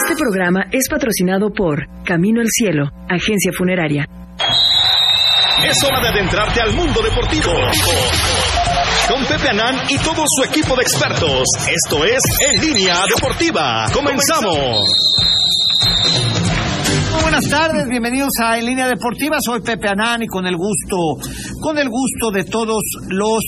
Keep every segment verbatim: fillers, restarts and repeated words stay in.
Este programa es patrocinado por Camino al Cielo, agencia funeraria. Es hora de adentrarte al mundo deportivo con Pepe Anán y todo su equipo de expertos. Esto es En Línea Deportiva. ¡Comenzamos! Muy buenas tardes, bienvenidos a En Línea Deportiva. Soy Pepe Anán y con el gusto, con el gusto de todos los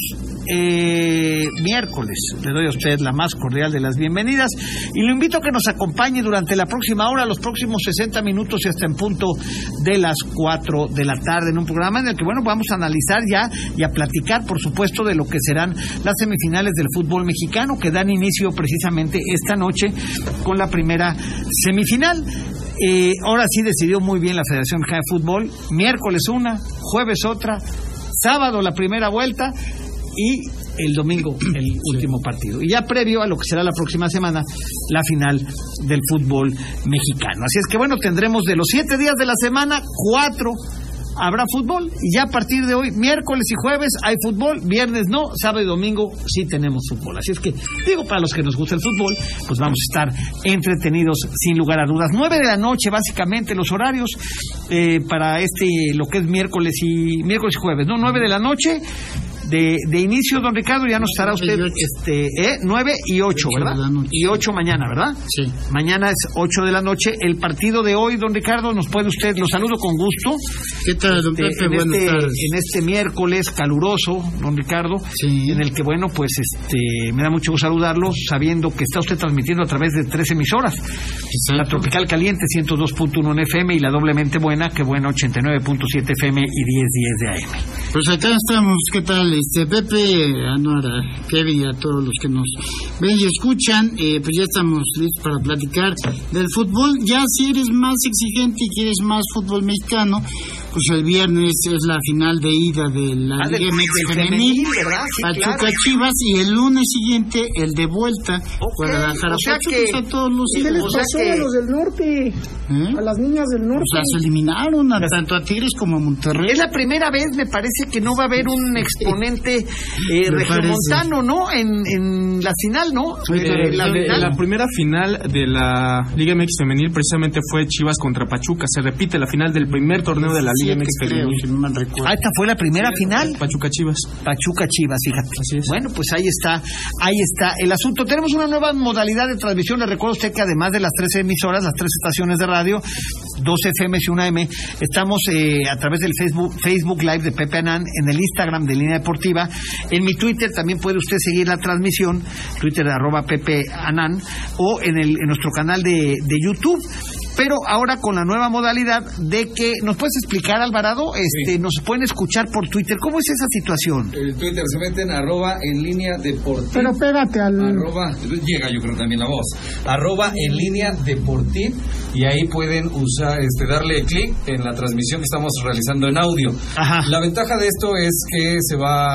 eh, miércoles le doy a usted la más cordial de las bienvenidas y lo invito a que nos acompañe durante la próxima hora, los próximos sesenta minutos y hasta en punto de las cuatro de la tarde, en un programa en el que, bueno, vamos a analizar ya y a platicar, por supuesto, de lo que serán las semifinales del fútbol mexicano, que dan inicio precisamente esta noche con la primera semifinal. Eh, ahora sí decidió muy bien la Federación Mexicana de Fútbol, miércoles una, jueves otra, sábado la primera vuelta y el domingo el último partido. Y ya previo a lo que será la próxima semana, la final del fútbol mexicano. Así es que, bueno, tendremos de los siete días de la semana, cuatro habrá fútbol, y ya a partir de hoy, miércoles y jueves hay fútbol, viernes no, sábado y domingo sí tenemos fútbol. Así es que, digo, para los que nos gusta el fútbol, pues vamos a estar entretenidos sin lugar a dudas. Nueve de la noche, básicamente, los horarios eh, para este, lo que es miércoles y miércoles y jueves, ¿no? Nueve de la noche. De, de inicio, don Ricardo, ya nos estará usted este eh, nueve y ocho, ¿verdad? Y ocho mañana, ¿verdad? Sí. Mañana es ocho de la noche. El partido de hoy, don Ricardo, nos puede usted, lo saludo con gusto. ¿Qué tal, don Pepe? Este, en, Buenas este, tardes. en este miércoles caluroso, don Ricardo, sí. En el que, bueno, pues este me da mucho gusto saludarlo, sabiendo que está usted transmitiendo a través de tres emisoras. Exacto. La Tropical Caliente, ciento dos punto uno en F M, y la Doblemente Buena, que buena, ochenta y nueve punto siete F M y diez diez de A M. Pues acá estamos, ¿qué tal? Este Pepe, a Nora, Kevin y a todos los que nos ven y escuchan, eh, pues ya estamos listos para platicar del fútbol. Ya si eres más exigente y quieres más fútbol mexicano, pues el viernes es la final de ida de la ah, Liga del, M X del Femenil, ¿verdad? Sí, Pachuca claro. Chivas, y el lunes siguiente el de vuelta, okay. Guadalajara, o sea Pachuca, que, a todos los ¿qué les o sea pasó que, a los del norte? ¿eh? A las niñas del norte. O sea, se eliminaron a, tanto a Tigres como a Monterrey. Es la primera vez, me parece, que no va a haber un exponente eh, regiomontano, ¿no? En, en la final, ¿no? Sí, en la, de, final. la primera final de la Liga M X Femenil precisamente fue Chivas contra Pachuca. Se repite la final del primer torneo de la Liga sí, M X Femenil. Si no mal recuerdo. Ah, esta fue la primera sí, final. Pachuca Chivas. Pachuca Chivas, fíjate. Así es. Bueno, pues ahí está, ahí está el asunto. Tenemos una nueva modalidad de transmisión. Le recuerdo a usted que además de las tres emisoras, las tres estaciones de radio, dos F M y una M, estamos eh, a través del Facebook, Facebook Live de Pepe Anán, en el Instagram de Línea Deportiva, en mi Twitter también puede usted seguir la transmisión, Twitter de arroba Pepe Anán, o en, el, en nuestro canal de, de YouTube. Pero ahora con la nueva modalidad de que, ¿nos puedes explicar, Alvarado? Este, sí. Nos pueden escuchar por Twitter. ¿Cómo es esa situación? El Twitter se meten arroba en línea deportiva. Pero pégate al... Arroba, llega yo creo también la voz. Arroba en línea deportiva, y ahí pueden usar, este, darle clic en la transmisión que estamos realizando en audio. Ajá. La ventaja de esto es que se va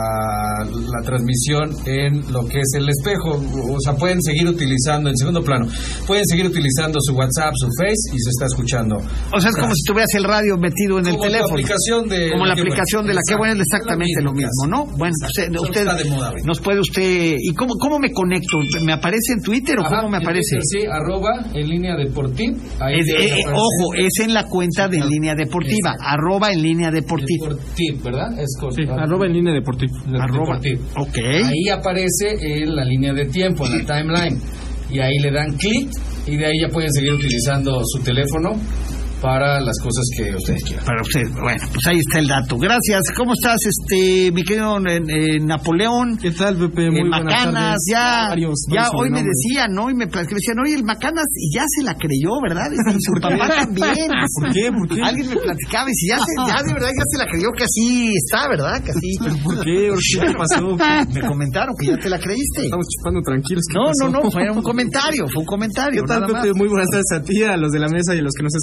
a la transmisión en lo que es el espejo. O sea, pueden seguir utilizando, en segundo plano, pueden seguir utilizando su WhatsApp, su Face, y se está escuchando. O sea, es como si tuvieras el radio metido en el como teléfono. La aplicación de como la que aplicación bueno. de la que bueno es exactamente es lo mismo, ¿no? Bueno, usted, usted nos puede usted... ¿Y cómo, cómo me conecto? ¿Me aparece en Twitter o Ajá, cómo me aparece? Twitter, sí, arroba en línea deportiva. Es, eh, ojo, es en la cuenta de En Línea Deportiva. Exacto. Arroba en línea deportiva. Deportiv, ¿verdad? Es con, sí, arroba en línea deportiva. Arroba. Ok. Ahí aparece en la línea de tiempo, en la timeline. Y ahí le dan clic y de ahí ya pueden seguir utilizando su teléfono para las cosas que ustedes quieran. Para usted, bueno, pues ahí está el dato. Gracias. ¿Cómo estás, este, mi querido eh, eh, Napoleón? ¿Qué tal, Pepe? Muy eh, buenas Macanas, tardes. ya, varios, ya varios hoy me decían, ¿no? Y me, me decían, oye, el Macanas ya se la creyó, ¿verdad? Y su papá también. ¿Por qué? ¿Por qué? Alguien me platicaba y si ya, se, ya de verdad ya se la creyó, que así está, ¿verdad? Que así. ¿Por qué? ¿Por qué? ¿Qué pasó? Me comentaron que ya te la creíste. Estamos chupando tranquilos. No, pasó? no, no, fue un comentario, fue un comentario. ¿Qué tal, Pepe? Muy buenas tardes a ti, a los de la mesa y a los que nos escuchan. Pues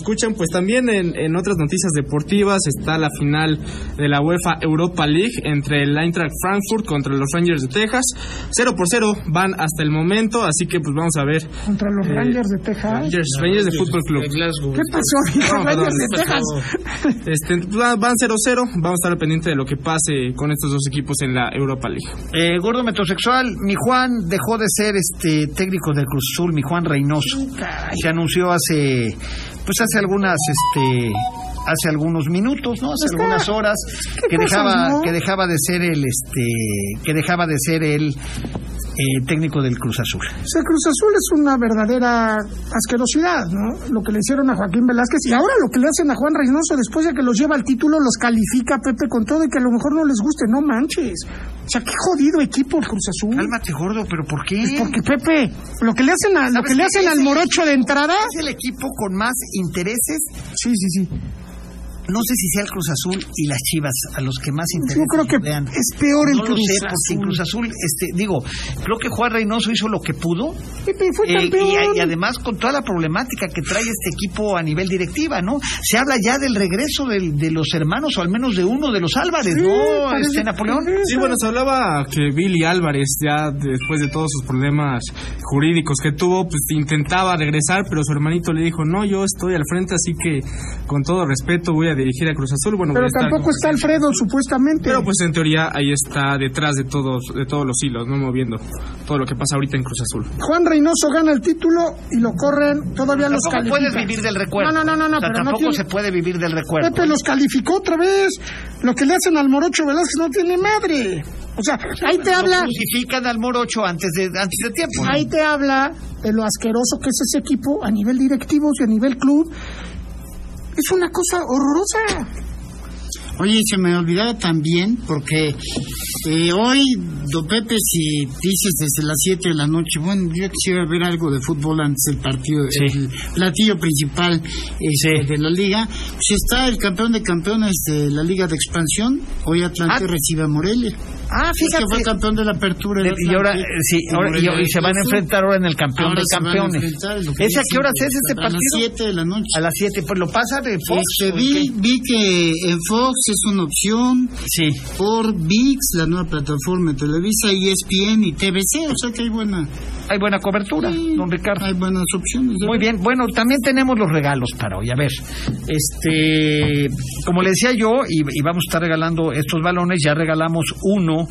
pues también en, en otras noticias deportivas está la final de la UEFA Europa League entre el Eintracht Frankfurt contra los Rangers de Texas. Cero por cero van hasta el momento, así que pues vamos a ver. Contra los eh, Rangers de Texas. Rangers, Rangers de Fútbol Club. ¿Qué pasó, hijo? No, Rangers de Texas. Este, van cero cero, vamos a estar pendientes de lo que pase con estos dos equipos en la Europa League. Eh, gordo metrosexual, mi Juan dejó de ser este técnico del Cruz Azul, mi Juan Reynoso. Se anunció hace, pues hace algunas, este, hace algunos minutos, ¿no? Hace Está, algunas horas que cosas, dejaba, ¿no? que dejaba de ser el, este, que dejaba de ser el eh, técnico del Cruz Azul. O sea, Cruz Azul es una verdadera asquerosidad, ¿no? Lo que le hicieron a Joaquín Velázquez y ahora lo que le hacen a Juan Reynoso después de que los lleva al título, los califica Pepe con todo y que a lo mejor no les guste, no manches. O sea, qué jodido equipo el Cruz Azul. Cálmate, gordo, pero ¿por qué? Pues porque Pepe, lo que le hacen a, lo que le hacen al Morocho de entrada es el equipo con más intereses. Sí, sí, sí. No sé si sea el Cruz Azul y las Chivas a los que más intereses. Yo creo que vean. es peor el no Cruz lo sé, Azul. porque en Cruz Azul, este, digo, creo que Juan Reynoso hizo lo que pudo. Pepe fue eh, campeón. y, y además con toda la problemática que trae este equipo a nivel directiva, ¿no? Se habla ya del regreso del, de los hermanos, o al menos de uno de los Álvarez, Sí, ¿no? parece- Este Napoleón. Sí, bueno, se hablaba que Billy Álvarez, ya después de todos sus problemas jurídicos que tuvo, pues intentaba regresar, pero su hermanito le dijo, no, yo estoy al frente, así que con todo respeto voy a dirigir a Cruz Azul. Bueno, Pero voy a estar tampoco como- está Alfredo, supuestamente. Pero pues en teoría ahí está detrás de todos de todos los hilos, no moviendo todo lo que pasa ahorita en Cruz Azul. Juan Reynoso gana el título y lo corren, todavía los Tampoco califica. puedes vivir del recuerdo. No, no, no, no, O sea, pero no tampoco tiene- se puede vivir del recuerdo. Pepe los calificó otra vez. Lo que le hacen al Morocho Velázquez no tiene madre. O sea, ahí te Lo habla, crucifican al Morocho antes de, antes de tiempo, ¿no? ahí te habla de lo asqueroso que es ese equipo a nivel directivo y a nivel club. Es una cosa horrorosa. Oye, se me olvidaba también, porque eh, hoy, don Pepe, si dices desde las siete de la noche, bueno, yo quisiera ver algo de fútbol antes del partido, Sí. el platillo principal este, de la liga, pues está el campeón de campeones de la Liga de Expansión, hoy Atlante Ah. recibe a Morelia. Ah, Es que fíjate. fue campeón de la apertura. el Y ahora, eh, Atlante, sí, y ahora, y, Morelia y se van a Cruz Azul. enfrentar ahora en el campeón Ahora de se van a campeones. enfrentar, lo que ¿Ese a dicen, qué horas es este a las partido? siete de la noche. A las siete, pues lo pasa de Fox. Este, ¿o vi, qué? vi que en Fox es una opción Sí. por ViX, la nueva plataforma de Televisa, E S P N y T V C, o sea que hay buena, Hay buena cobertura, Sí, don Ricardo. hay buenas opciones. ¿no? Muy bien, bueno, también tenemos los regalos para hoy. A ver, este, como le decía yo, y, y vamos a estar regalando estos balones, ya regalamos uno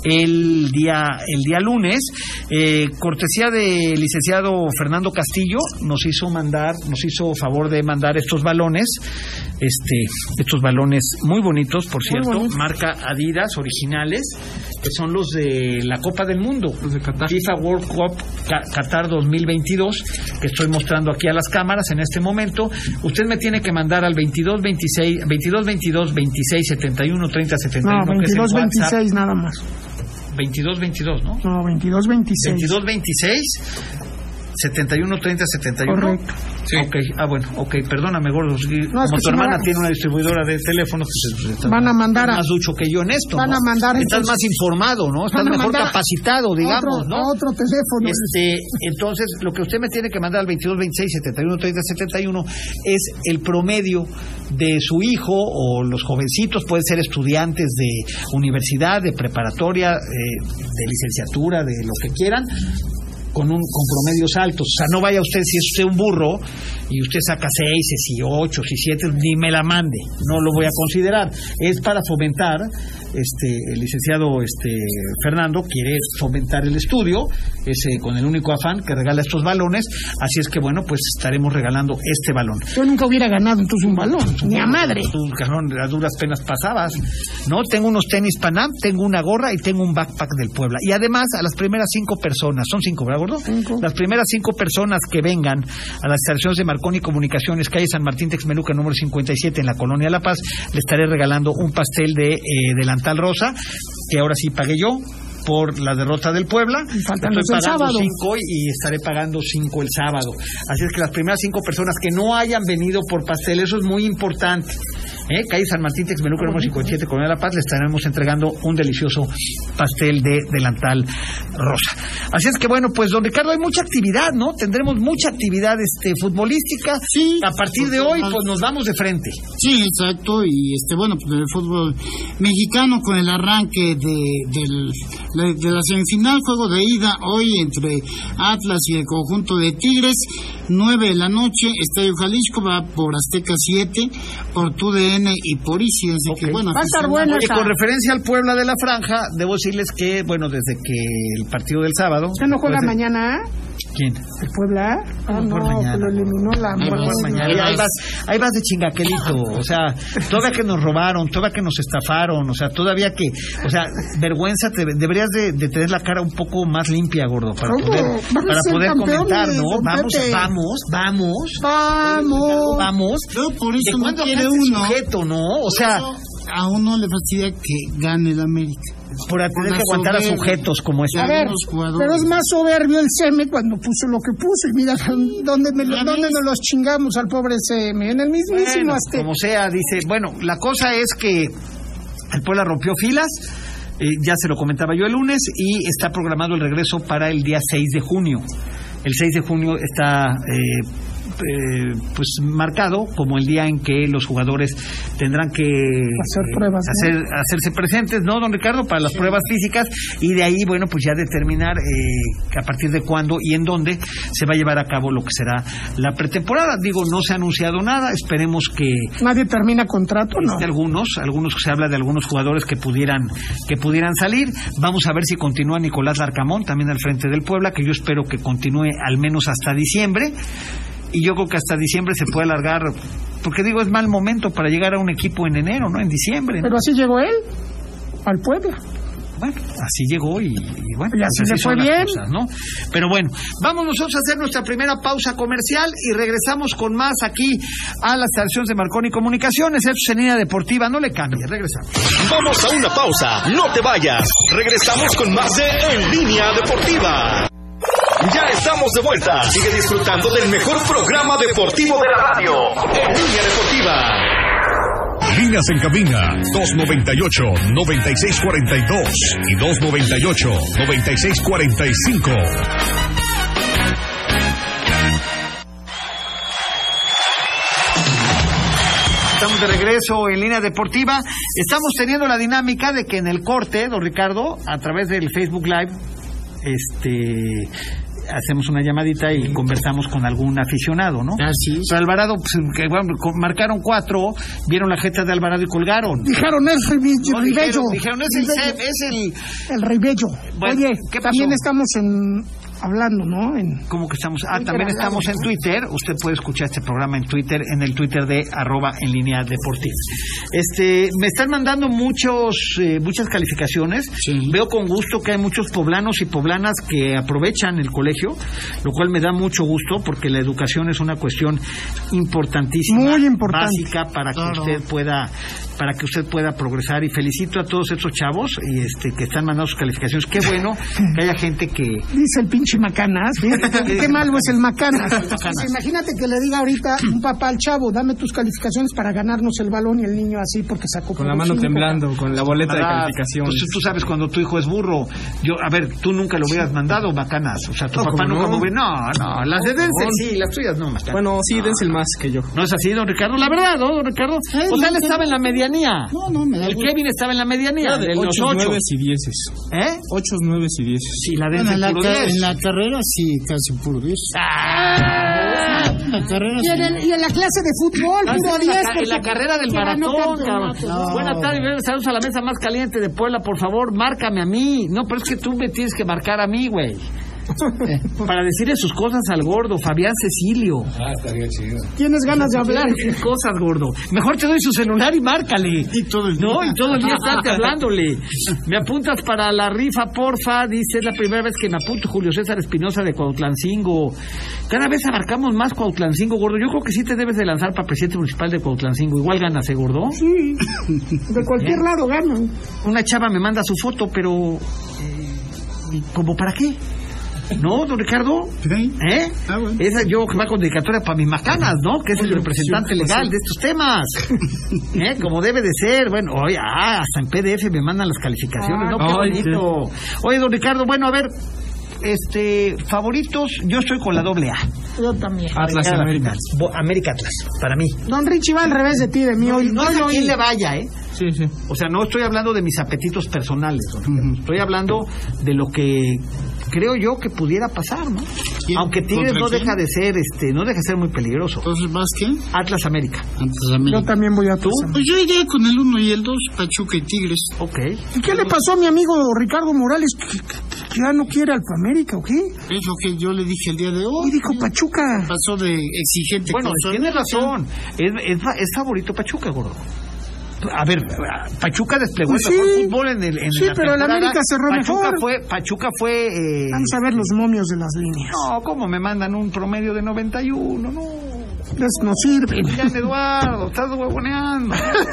el día el día lunes, eh, cortesía del licenciado Fernando Castillo, nos hizo mandar, nos hizo favor de mandar estos balones, este, estos balones muy bonitos, por cierto, bonitos. marca Adidas, originales, que son los de la Copa del Mundo, Los de Qatar. FIFA World Cup Ca- Qatar dos mil veintidós, que estoy mostrando aquí a las cámaras en este momento. Usted me tiene que mandar al veintidós veintiséis, veintidós veintidós veintiséis setenta y uno treinta setenta y No, uno, que es el veintidós WhatsApp. veintiséis nada más. veintidós veintidós, ¿no? No, veintidós veintiséis. veintidós veintiséis setenta y uno treinta setenta y uno. Correcto. Sí. Ok, ah bueno, ok, perdóname, gordo. Como es que tu si hermana no- tiene una distribuidora de teléfonos, pues, estás Van a mandar a- más ducho que yo en esto. van ¿no? a mandar, Estás entonces- más informado, ¿no? Estás Van a mejor mandar a- capacitado, digamos, otro, ¿no? a otro teléfono. Este, entonces, lo que usted me tiene que mandar al veintidós veintiséis setenta y uno treinta setenta y uno es el promedio de su hijo o los jovencitos, pueden ser estudiantes de universidad, de preparatoria, eh, de licenciatura, de lo que quieran, con un con promedios altos. O sea, no vaya usted, si es usted un burro y usted saca seis, y ocho, y siete, ni me la mande, no lo voy a considerar. Es para fomentar, este, el licenciado este Fernando quiere fomentar el estudio, ese con el único afán que regala estos balones, así es que bueno, pues estaremos regalando este balón. Yo nunca hubiera ganado entonces un balón, ni a madre. Tú, cabrón, a duras penas pasabas. No, tengo unos tenis Panam, tengo una gorra y tengo un backpack del Puebla. Y además, a las primeras cinco personas, son cinco, ¿verdad, gordo? Cinco. Las primeras cinco personas que vengan a las instalaciones de Marconi Comunicaciones, calle San Martín Texmeluca, número cincuenta y siete, en la Colonia La Paz, le estaré regalando un pastel de eh, delantal rosa, que ahora sí pagué yo por la derrota del Puebla. Y faltan Estoy los del pagando sábado. cinco y, y estaré pagando cinco el sábado. Así es que las primeras cinco personas que no hayan venido por pastel, eso es muy importante. ¿eh? Calle San Martín, Texmelucan, número cincuenta y siete, Colonia La Paz, le estaremos entregando un delicioso pastel de delantal rosa. Así es que bueno, pues don Ricardo, hay mucha actividad, ¿no? Tendremos mucha actividad este futbolística. Sí. A partir de hoy, pues nos vamos de frente. Sí, exacto, y este bueno, pues el fútbol mexicano con el arranque de, del, de, de la semifinal, juego de ida hoy entre Atlas y el conjunto de Tigres, nueve de la noche, Estadio Jalisco, va por Azteca siete, por T U D N y por Easy, así okay. que bueno. Va a estar bueno. Y con referencia al Puebla de la Franja, debo decirles que, bueno, desde que el partido del sábado... ¿Usted no juega pues, mañana? ¿Quién? ¿El Puebla? Ah, no, mañana, lo eliminó la... No, mañana. Ahí vas, ahí vas de chingaquelito, o sea, todavía que nos robaron, todavía que nos estafaron, o sea, todavía que, o sea, vergüenza, te, deberías de, de tener la cara un poco más limpia, gordo, para ¿Cómo? poder, para poder comentar, ¿no? Vamos, Pepe. vamos, vamos, vamos, vamos. No, por eso ¿De no cuándo quiere acá este uno. sujeto, no? O sea, a uno le fastidia que gane el América. Por tener que aguantar a sujetos como este. A ver, pero es más soberbio el C M cuando puso lo que puso. Y mira dónde, me, dónde nos los chingamos al pobre C M. En el mismísimo bueno, Azteca. Como sea, dice. Bueno, la cosa es que el Puebla rompió filas. Eh, ya se lo comentaba yo el lunes. Y está programado el regreso para el día seis de junio. El seis de junio está... Eh, Eh, pues marcado como el día en que los jugadores tendrán que hacer pruebas, eh, hacer, ¿no? hacerse presentes, ¿no, don Ricardo? Para las sí. pruebas físicas, y de ahí, bueno, pues ya determinar eh, a partir de cuándo y en dónde se va a llevar a cabo lo que será la pretemporada. Digo, no se ha anunciado nada, esperemos que... ¿Nadie termina contrato, no? Algunos, algunos se habla de algunos jugadores que pudieran que pudieran salir. Vamos a ver si continúa Nicolás Larcamón, también al frente del Puebla, que yo espero que continúe al menos hasta diciembre. Y yo creo que hasta diciembre se puede alargar, porque digo, es mal momento para llegar a un equipo en enero, ¿no? En diciembre, ¿no? Pero así llegó él, al Puebla. Bueno, así llegó y, y bueno, y así pues así le fue son bien. Las cosas, ¿no? Pero bueno, vamos nosotros a hacer nuestra primera pausa comercial y regresamos con más aquí a las estaciones de Marconi Comunicaciones. Esto es en Línea Deportiva, no le cambies, regresamos. Vamos a una pausa, no te vayas. Regresamos con más de En Línea Deportiva. Ya estamos de vuelta. Sigue disfrutando del mejor programa deportivo de la radio. En Línea Deportiva. Líneas en cabina dos noventa y ocho, noventa y seis cuarenta y dos y dos noventa y ocho, noventa y seis cuarenta y cinco. Estamos de regreso en Línea Deportiva. Estamos teniendo la dinámica de que en el corte, don Ricardo, a través del Facebook Live, este... hacemos una llamadita y conversamos con algún aficionado, ¿no? Ah, sí. O sea, Alvarado, pues, que, bueno, marcaron cuatro, vieron la jeta de Alvarado y colgaron. Dijeron, es el no, Ribello. Dijeron, dijeron, es el, Ribello. es el... El Ribello. Bueno, oye, ¿qué pasó? también estamos en... hablando, ¿no? En... ¿Cómo que estamos? Ah, Twitter también hablando, estamos en ¿no? Twitter. Usted puede escuchar este programa en Twitter, en el Twitter de arroba en línea deportiva. Este, me están mandando muchos, eh, muchas calificaciones. Sí. Veo con gusto que hay muchos poblanos y poblanas que aprovechan el colegio, lo cual me da mucho gusto porque la educación es una cuestión importantísima, muy importante, básica para claro. que usted pueda, para que usted pueda progresar. Y felicito a todos esos chavos y este que están mandando sus calificaciones. Qué bueno que haya gente que dice el pinche Macanas, fíjate qué, qué malo es el Macanas. Dice, imagínate que le diga ahorita un papá al chavo, dame tus calificaciones para ganarnos el balón, y el niño así porque sacó con la mano cinco. temblando, con la boleta de Ah, calificaciones. Pues tú sabes cuando tu hijo es burro. Yo, a ver, tú nunca lo hubieras mandado, Macanas. O sea, tu No, papá ¿cómo nunca no? me hubiera... No, no, las de Denzel No. sí, las tuyas no, Macanas. Bueno, sí, dense el más que yo. ¿No es así, don Ricardo? La verdad, ¿no, don Ricardo? Eh, O sea, él no, estaba en la medianía. No, no, me da El gusto. Kevin estaba en la medianía. De De los ocho, ocho. nueve y dieces. ¿Eh? Ocho, nueve y dieces. Sí, la Bueno, Denzel en, la puro ca- diez. en la carrera sí, casi puro diez. Ah. En la carrera Y sí. en, el- y en la clase de fútbol, Ah, puro en, la, diez, ca- en la porque carrera del se ganó maratón, campeonato. cabrón. No. Buenas tardes, bienvenidos saludos a la mesa más caliente de Puebla, por favor, márcame a mí. No, pero es que tú me tienes que marcar a mí, güey. Para decirle sus cosas al gordo, Fabián Cecilio. Ah, estaría chido. Tienes ganas de hablar. Decir cosas, gordo. Mejor te doy su celular y márcale. Y todo el día. No, y todo el día estarte hablándole. Me apuntas para la rifa, porfa. Dice, es la primera vez que me apunto. Julio César Espinosa de Cuautlancingo. Cada vez abarcamos más Cuautlancingo, gordo. Yo creo que sí te debes de lanzar para presidente municipal de Cuautlancingo. Igual ganas, ¿eh, gordo? Sí, de cualquier Bien. lado ganan. Una chava me manda su foto, pero... Eh, ¿cómo para qué? ¿No, don Ricardo? Sí. ¿Eh? Ah, bueno. Esa yo que va con dedicatoria para mis macanas, ¿no? Que es el representante sí, legal sí. de estos temas. ¿Eh? Como debe de ser. Bueno, oye, ah, hasta en P D F me mandan las calificaciones, ¿no? Qué Ay, bonito. Oye, don Ricardo, bueno, a ver, este, favoritos, yo estoy con la doble A. Yo también. Atlas y Cada América. final. Bo- América Atlas, para mí. Don Richie va al revés de ti, de mí. Hoy, No hoy es a lo quién oí. le vaya, ¿eh? Sí, sí. O sea, no estoy hablando de mis apetitos personales, don Ricardo. Estoy hablando de lo que creo yo que pudiera pasar, ¿no? ¿Quién? Aunque Tigres ¿Contra no quién? deja de ser, este, no deja de ser muy peligroso. Entonces, ¿vas qué? Atlas América. Antes de América. Yo también voy a tu. Pues yo iría con el uno y el dos, Pachuca y Tigres. Ok. ¿Y qué le pasó a mi amigo Ricardo Morales? ¿Que, que- que ya no quiere al América o qué? Es lo que yo le dije el día de hoy. Y dijo Pachuca. Pasó de exigente. Bueno, con tienes América. razón. Es, es, fa- es favorito Pachuca, gordo. A ver, Pachuca desplegó Pues el mejor sí. fútbol en el en Sí, la pero el temporada. América cerró Pachuca mejor. fue Pachuca fue eh, Vamos a ver los momios de las líneas. no, ¿cómo me mandan un promedio de noventa y uno? No. Les no sirven. Julián Eduardo, estás huevoneando.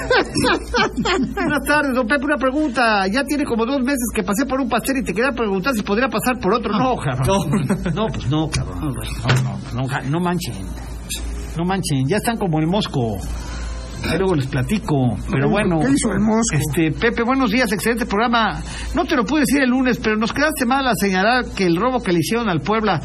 Buenas tardes, don Pepe, una pregunta. Ya tiene como dos meses que pasé por un pastel y te quería preguntar si podría pasar por otro. No, cabrón. No, pues no, cabrón. No, no, no, no, no manchen. No manchen, ya están como el mosco. Ahí luego les platico, pero bueno. ¿Qué hizo el mosco? Este, Pepe, buenos días, excelente programa. No te lo pude decir el lunes, pero nos quedaste mal al señalar que el robo que le hicieron al Puebla,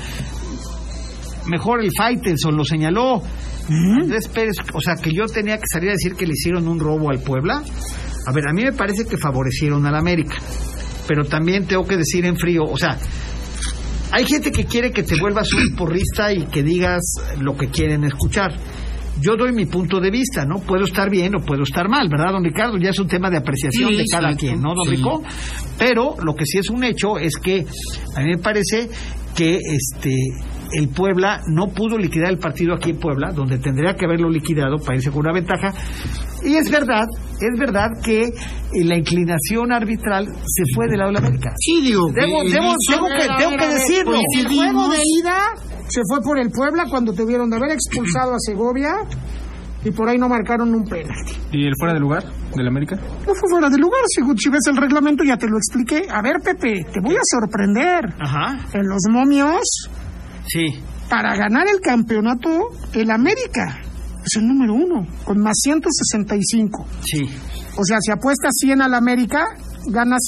mejor el Faitelson lo señaló. Andrés Pérez, o sea, que yo tenía que salir a decir que le hicieron un robo al Puebla. A ver, a mí me parece que favorecieron al América, pero también tengo que decir en frío, o sea, hay gente que quiere que te vuelvas un porrista y que digas lo que quieren escuchar. Yo doy mi punto de vista, ¿no? Puedo estar bien o puedo estar mal, ¿verdad, don Ricardo? Ya es un tema de apreciación Sí, de cada exacto. quien, ¿no, don Sí. Rico? Pero lo que sí es un hecho es que a mí me parece que este el Puebla no pudo liquidar el partido aquí en Puebla, donde tendría que haberlo liquidado para irse con una ventaja. Y es verdad, es verdad que eh, la inclinación arbitral se fue del lado de la América. Sí, digo. Debo, que- debo, eso- tengo que, tengo que decirlo. El juego de ida se fue por el Puebla cuando tuvieron de haber expulsado a Segovia y por ahí no marcaron un penalti. ¿Y el fuera de lugar del América? No fue fuera de lugar, si, si ves el reglamento ya te lo expliqué. A ver, Pepe, te voy a sorprender. Ajá, En los momios, sí. para ganar el campeonato, el América es el número uno, con más ciento sesenta y cinco. Sí. O sea, si apuestas cien al América, ganas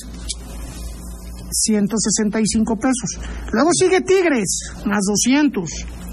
ciento sesenta y cinco pesos. Luego sigue Tigres, más doscientos.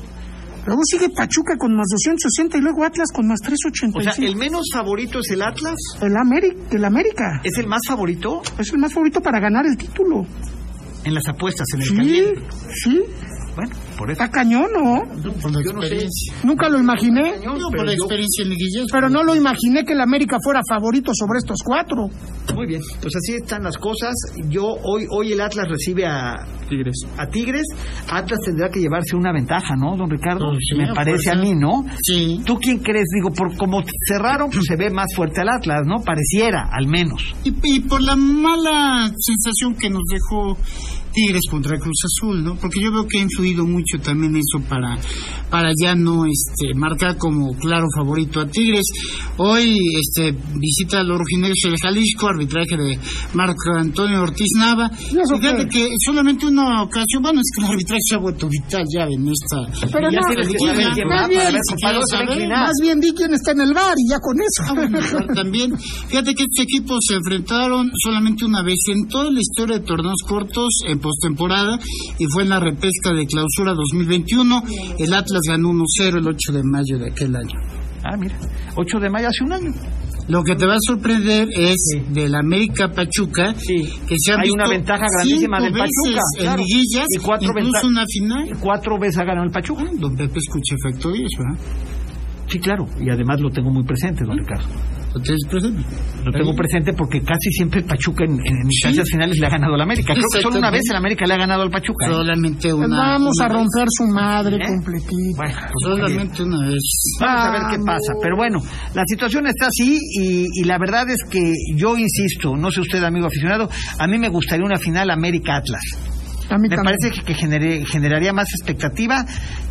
Luego sigue Pachuca con más doscientos sesenta y luego Atlas con más trescientos O ochenta y sea, cinco. el menos favorito es el Atlas. El América, el América ¿Es el más favorito? es el más favorito para ganar el título. En las apuestas, en el Sí, caliente. sí. Bueno, por eso. Está cañón, ¿no? Por la Yo no sé. experiencia. Nunca lo imaginé, Cañón, No, pero por la yo- experiencia en liguillas. pero no lo imaginé que el América fuera favorito sobre estos cuatro. Muy bien, pues así están las cosas. Yo hoy hoy el Atlas recibe a, Tigres. a Tigres. Atlas tendrá que llevarse una ventaja, ¿no, don Ricardo? Pues sí, Me a parece a fuerza. mí, ¿no? Sí. ¿Tú quién crees? Digo, por como cerraron, pues se ve más fuerte al Atlas, ¿no? Pareciera, al menos. Y, y por la mala sensación que nos dejó Tigres contra Cruz Azul, ¿no? Porque yo veo que ha influido mucho también eso para para ya no este marcar como claro favorito a Tigres. Hoy este visita a los rojinegros el Jalisco, arbitraje de Marco Antonio Ortiz Nava. eso Fíjate fue? que solamente una ocasión, bueno, es que el arbitraje se ha vuelto vital ya en esta. Pero ya no, tienes que saber quién va más para bien, ver si si Pablo quieres se va a saber, inclinar. más bien di quién está en el bar y ya con Ah, eso. bueno, claro, también. Fíjate que estos equipos se enfrentaron solamente una vez en toda la historia de torneos cortos en postemporada y fue en la repesca de clausura dos mil veintiuno. El Atlas ganó uno cero el ocho de mayo de aquel año. Ah, mira, ocho de mayo hace un año. Lo que te va a sorprender es del América Pachuca, Sí. que se han Hay visto una ventaja grandísima del cinco Pachuca, veces claro. en liguillas, Y cuatro incluso venta- una final. Cuatro veces ha ganado el Pachuca. Don Pepe escucha efecto diez, ¿verdad? Sí, claro, y además lo tengo muy presente, don Ricardo. ¿Lo tienes presente? Lo tengo presente porque casi siempre el Pachuca en, en instancias finales le ha ganado al América. Creo que solo una vez el América le ha ganado al Pachuca. ¿eh? Solamente una. Vamos una a vez. romper su madre ¿Eh? completita. Bueno, pues, muy bien. Solamente una vez. Vamos a ver qué pasa. Pero bueno, la situación está así y, y la verdad es que yo insisto, no sé usted, amigo aficionado, a mí me gustaría una final América-Atlas. A mí Me también. parece que, que genere- generaría más expectativa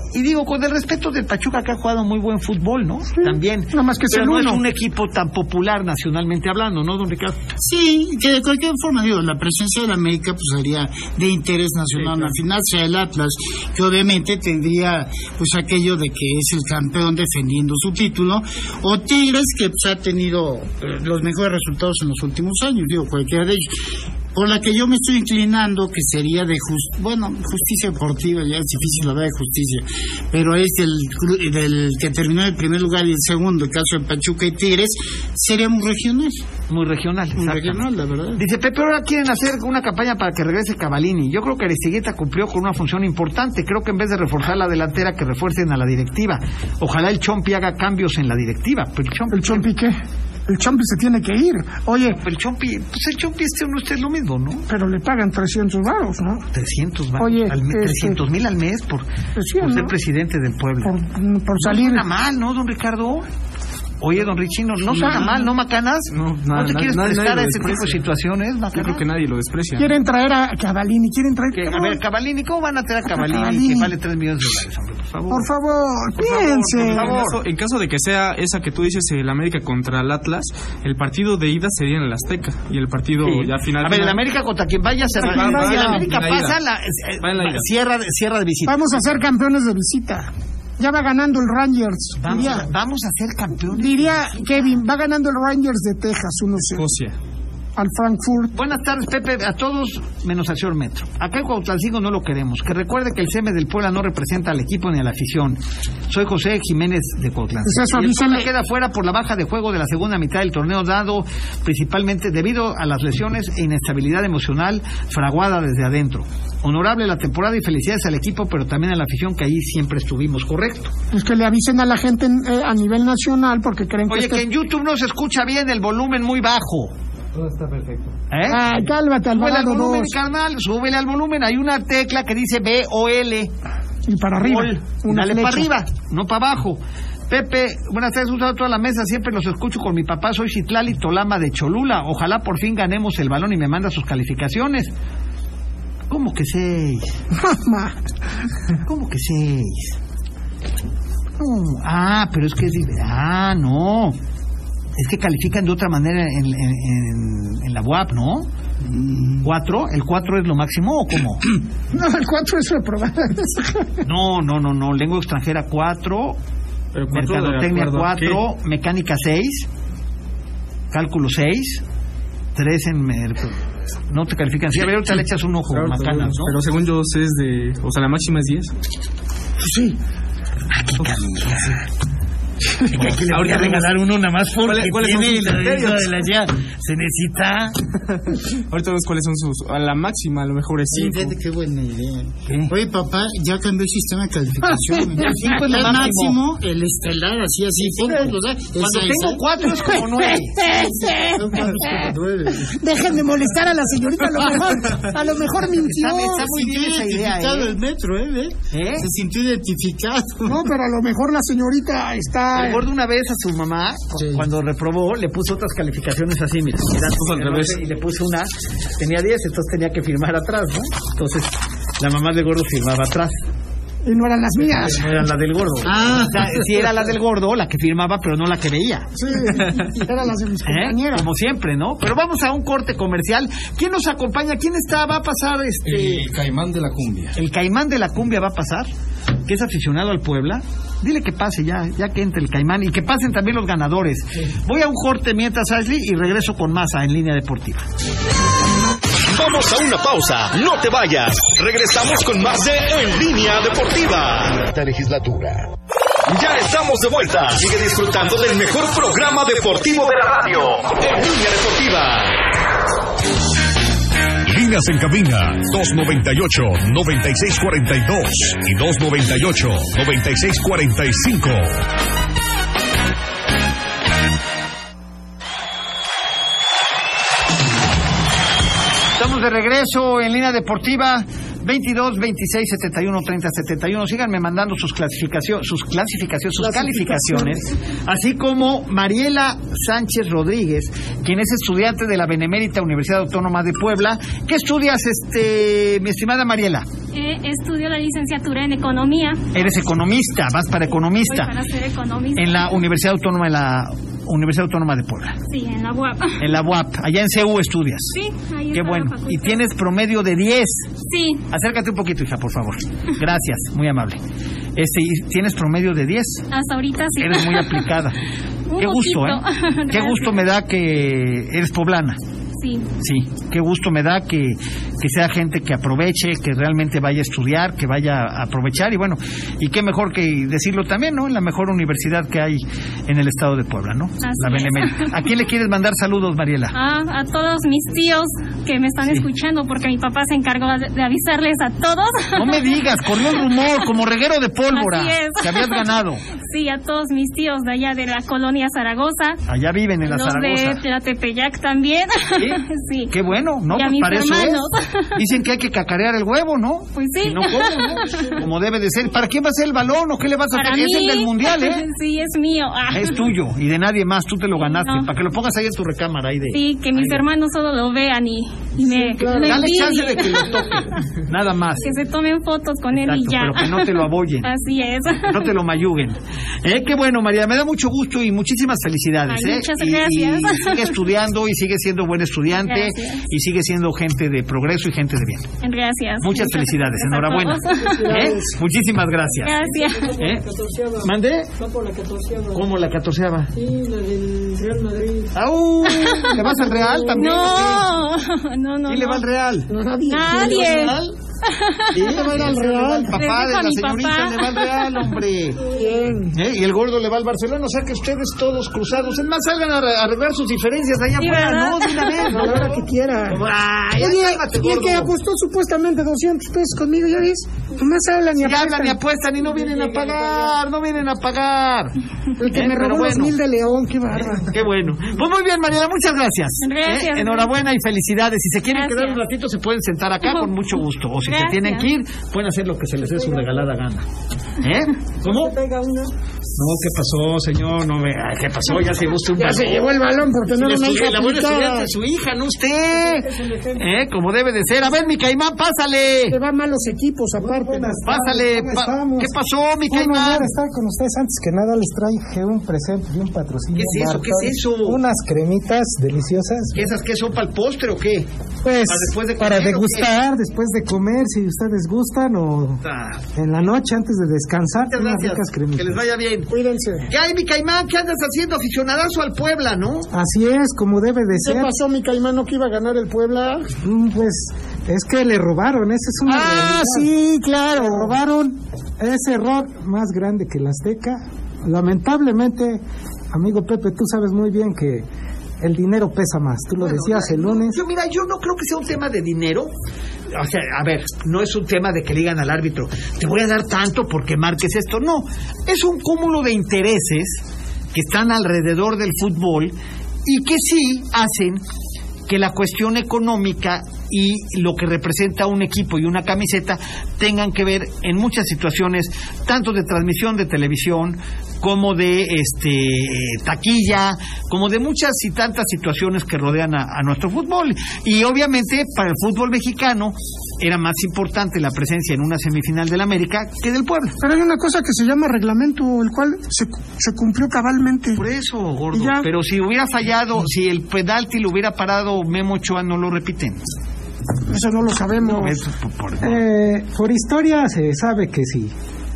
Y digo, con el respeto del Pachuca, que ha jugado muy buen fútbol, ¿no? Sí, también. Nada más que pero no uno. es un equipo tan popular nacionalmente hablando, ¿no, don Ricardo? Sí, que de cualquier forma, digo, la presencia de la América pues sería de interés nacional. Sí, claro. Al final sea el Atlas, que obviamente tendría pues aquello de que es el campeón defendiendo su título, o Tigres, que pues ha tenido eh, los mejores resultados en los últimos años, digo, cualquiera de ellos. Por la que yo me estoy inclinando, que sería de just, bueno, justicia deportiva, ya es difícil hablar de justicia, pero es del, del que terminó en el primer lugar y el segundo, el caso de Pachuca y Tigres, sería muy regional. Muy regional, muy regional, la verdad. Dice Pepe, ahora quieren hacer una campaña para que regrese Cavallini. Yo creo que Aristigueta cumplió con una función importante. Creo que en vez de reforzar la delantera, que refuercen a la directiva. Ojalá el Chompi haga cambios en la directiva. Pero el Chompi, ¿El Chompi qué? El Chompi se tiene que ir. Oye, pero el Chompi, pues el Chompi este no es lo mismo, ¿no? Pero le pagan trescientos varos, ¿no? trescientos varos. Oye, al mes, este, trescientos mil al mes por, sí, por ¿no? ser presidente del pueblo. Por, por salir. No suena mal, ¿no, don Ricardo? Oye, don Richino, no sí, suena no. mal, ¿no, Macanas? No, nada, ¿No te quieres nadie, prestar nadie a este tipo de situaciones, Macanas? Yo creo que nadie lo desprecia. Quieren traer a Cavallini, quieren traer... ¿Qué? A ver, Cavallini, ¿cómo van a traer a Cavallini, Cavallini que vale tres millones de dólares, hombre? Por favor. Por favor, por piense. Favor, por favor. En, caso, en caso de que sea esa que tú dices, el América contra el Atlas, el partido de ida sería en el Azteca, y el partido sí. ya final... A ver, el América contra quien vaya, se va, quien vaya. el América la pasa, la, eh, cierra, cierra de visita. Vamos a ser campeones de visita. Ya va ganando el Rangers. Vamos, diría, a, vamos a ser campeones. Diría Kevin, va ganando el Rangers de Texas uno cero. Escocia. Al Frankfurt. Buenas tardes, Pepe, a todos, menos al señor Metro. Acá en Cuautlancingo no lo queremos. Que recuerde que el C M del Puebla no representa al equipo ni a la afición. Soy José Jiménez de Cuautlancingo. Pues eso, y el queda fuera por la baja de juego de la segunda mitad del torneo, dado principalmente debido a las lesiones e inestabilidad emocional fraguada desde adentro. Honorable la temporada y felicidades al equipo, pero también a la afición, que ahí siempre estuvimos, ¿correcto? Pues que le avisen a la gente eh, a nivel nacional, porque creen Oye, que... que este... en YouTube no se escucha bien, el volumen muy bajo. Todo está perfecto. ¿Eh? Ay, cálmate, Súbele al Alvarado volumen, dos. carnal, súbele al volumen. Hay una tecla que dice B O L. Y para arriba. Gol. Una Dale flecha. para arriba, no para abajo. Pepe, buenas tardes, un saludo a toda la mesa. Siempre los escucho con mi papá. Soy Citlali Tolama de Cholula. Ojalá por fin ganemos el balón y me manda sus calificaciones. ¿Cómo que seis? Mamá. ¿Cómo que seis? No. Ah, pero es que es... Ah, no. Es que califican de otra manera en, en, en, en la U A P, ¿no? ¿Cuatro? ¿El cuatro es lo máximo o cómo? No, el cuatro es reprobado. No, no, no, no. Lengua extranjera cuatro, mercadotecnia cuatro, mecánica seis, cálculo seis, tres en... Merc- no te califican. Sí, a ver, ahorita le echas un ojo, claro, Macanas, ¿no? Pero según yo es de... O sea, la máxima es diez. Sí. Ah, qué camisa. Aquí le voy a regalar uno nada más porque ¿Cuáles son sus criterios? de la ya. Se necesita. Ahorita ves cuáles son sus... A la máxima, a lo mejor es Sí, cinco. fíjate qué buena idea. ¿Qué? Oye, papá, ya cambió el sistema de calificación. El cinco es lo el máximo. máximo, el estelar, así, así. Puntos, o sea, Cuando esa, tengo esa. cuatro es como nueve. Son cuatro, nueve. Dejen de molestar a la señorita, a lo mejor, a lo mejor mintió. Está, está muy bien esa idea, Identificado ¿eh? el metro, ¿eh? ¿Ve? ¿Eh? Se sintió identificado. No, pero a lo mejor la señorita está... Recuerdo una vez a su mamá, Sí. cuando reprobó, le puso otras calificaciones así, mira, era Puso al revés. y le puso una, tenía diez, entonces tenía que firmar atrás, ¿no? Entonces, la mamá de gordo firmaba atrás, Y no eran las mías. no era la del gordo. Ah. O sea, sí era la del gordo, la que firmaba, pero no la que veía. Sí, eran las de mis ¿Eh? compañeras. Como siempre, ¿no? Pero vamos a un corte comercial. ¿Quién nos acompaña? ¿Quién está? Va a pasar este... El caimán de la cumbia. El caimán de la cumbia va a pasar, que es aficionado al Puebla. Dile que pase ya, ya que entre el caimán y que pasen también los ganadores. Sí. Voy a un corte mientras, Ashley, y regreso con Masa en Línea Deportiva. Vamos a una pausa, no te vayas. Regresamos con más de En Línea Deportiva. Esta legislatura. Ya estamos de vuelta. Sigue disfrutando del mejor programa deportivo de la radio. En Línea Deportiva. Líneas en cabina dos noventa y ocho, noventa y seis cuarenta y dos y dos noventa y ocho, noventa y seis cuarenta y cinco. Estamos de regreso en Línea Deportiva. veintidós, veintiséis, setenta y uno, treinta, setenta y uno. Síganme mandando sus clasificaciones, sus clasificaciones, sus calificaciones, así como Mariela Sánchez Rodríguez, quien es estudiante de la Benemérita Universidad Autónoma de Puebla. ¿Qué estudias, este, mi estimada Mariela? Eh, estudio la licenciatura en Economía. Eres economista, vas para economista. Voy para ser economista. En la Universidad Autónoma, en la Universidad Autónoma de Puebla. Sí, en la U A P. En la U A P, allá en C U estudias. Sí, ahí Qué está bueno. la facultad. Y tienes promedio de diez. Sí. Acércate un poquito, hija, por favor. Gracias, muy amable. Este, ¿y ¿tienes promedio de diez? Hasta ahorita sí. Eres muy aplicada. Un Qué gusto, poquito. ¿eh? Qué gusto me da que eres poblana. Sí. Sí, qué gusto me da que, que sea gente que aproveche, que realmente vaya a estudiar, que vaya a aprovechar, y bueno, y qué mejor que decirlo también, ¿no? En la mejor universidad que hay en el estado de Puebla, ¿no? Así la es. Benemérita. ¿A quién le quieres mandar saludos, Mariela? Ah, a todos mis tíos que me están Sí. escuchando, porque mi papá se encargó de, de avisarles a todos. No me digas, corrió el rumor, como reguero de pólvora, Así es. que habías ganado. Sí, a todos mis tíos de allá de la colonia Zaragoza. Allá viven en la Los Zaragoza. de Tlatepeyac también. ¿Sí? Sí. Qué bueno, ¿no? Y a Pues mis para eso hermanos. es. Dicen que hay que cacarear el huevo, ¿no? Pues sí. Si no, ¿cómo, no? Como debe de ser. ¿Para quién va a ser el balón o qué le vas a Para hacer? mí. Es el del mundial, ¿eh? Sí, es mío. Ah. Es tuyo y de nadie más, tú te lo ganaste. No. Para que lo pongas ahí en tu recámara. Ahí de, Sí, que mis ahí de- hermanos solo lo vean y, y me, me Dale chance de envidien. que lo toque. Nada más. Que se tomen fotos con él Exacto, y ya. pero que no te lo abollen. Así es. Que no te lo mayuguen. Eh, qué bueno, María, me da mucho gusto y muchísimas felicidades. Ay, ¿eh? muchas Y- gracias. Y, sigue estudiando y sigue siendo buen estudiante. Gracias. Y sigue siendo gente de progreso y gente de bien. Gracias. Muchas felicidades, gracias a enhorabuena. todos. ¿Eh? Muchísimas gracias. Gracias. ¿Eh? ¿Mandé? Va por la catorceava. ¿Cómo la catorceava? Sí, la del Real Madrid. ¡Au! ¿Le vas al Real también? No, no, no. ¿Quién le no. va al Real? Nadie. Nadie. ¿Sí? ¿Le va al Real? Les Papá de dijo a la mi señorita papá. le va al Real, hombre. ¿Eh? Y el gordo le va al Barcelona, o sea que ustedes todos cruzados. Es más, salgan a a arreglar sus diferencias allá Sí, afuera, ¿verdad? ¿no? De una vez, A la hora que quiera. Ay, Oye, cálmate, y el que gordo. apostó supuestamente doscientos pesos conmigo, ¿ya ves? Nomás hablan y Y apuestan. hablan y apuestan y no vienen a pagar, no vienen a pagar. El que Eh, me pero robó los bueno. mil de León, qué bárbaro. Qué bueno. Pues muy bien, Mariela, muchas gracias. Gracias. ¿Eh? Enhorabuena y felicidades. Si se quieren Gracias. quedar un ratito, se pueden sentar acá con mucho gusto. O si se Gracias. tienen que ir, pueden hacer lo que se les dé su regalada gana. ¿Eh? ¿Cómo? Pega una. No, ¿qué pasó, señor? No me... Ay, ¿qué pasó? Ya se llevó usted un Ya balón. se llevó el balón por tener La una hija estudia- la buena aplicada. estudiante es su hija, no usted. ¿Eh? Como debe de ser. A ver, mi Caimán, pásale. Le van mal los equipos, aparte. Pásale. ¿Cómo Pa- estamos? ¿Qué pasó, mi Un Caimán? honor estar con ustedes. Antes que nada les traje un presente y un patrocinio. ¿Qué es eso? ¿Qué es eso? Unas cremitas deliciosas. ¿Qué esas qué son para el postre o qué? Pues ¿Para después de para comer o degustar, después de comer, si ustedes gustan, o Ah, en la noche antes de descansar, muchas unas gracias. ricas cremitas. Que les vaya bien. Cuídense. ¿Qué hay, mi Caimán? ¿Qué andas haciendo? Aficionadazo al Puebla, ¿no? Así es, como debe de ¿Qué ser. pasó, mi Caimán? ¿No que iba a ganar el Puebla? Mm, Pues es que le robaron, esa es una Ah, realidad. sí, claro. Le robaron ese error más grande que el Azteca. Lamentablemente, amigo Pepe, tú sabes muy bien que el dinero pesa más. Tú lo Bueno, decías el no, lunes. Yo, mira, yo no creo que sea un tema de dinero. O sea, a ver, no es un tema de que le digan al árbitro, te voy a dar tanto porque marques esto. No, es un cúmulo de intereses que están alrededor del fútbol y que sí hacen que la cuestión económica y lo que representa un equipo y una camiseta tengan que ver en muchas situaciones, tanto de transmisión de televisión como de este taquilla, como de muchas y tantas situaciones que rodean a, a nuestro fútbol. Y obviamente para el fútbol mexicano era más importante la presencia en una semifinal del América que del Puebla. Pero hay una cosa que se llama reglamento, el cual se, se cumplió cabalmente. Por eso, gordo. Y ya. Pero si hubiera fallado, si el penalti lo hubiera parado Memo Ochoa, no lo repiten. Eso no lo sabemos. Eso, por, por- Eh, por historia se sabe que sí.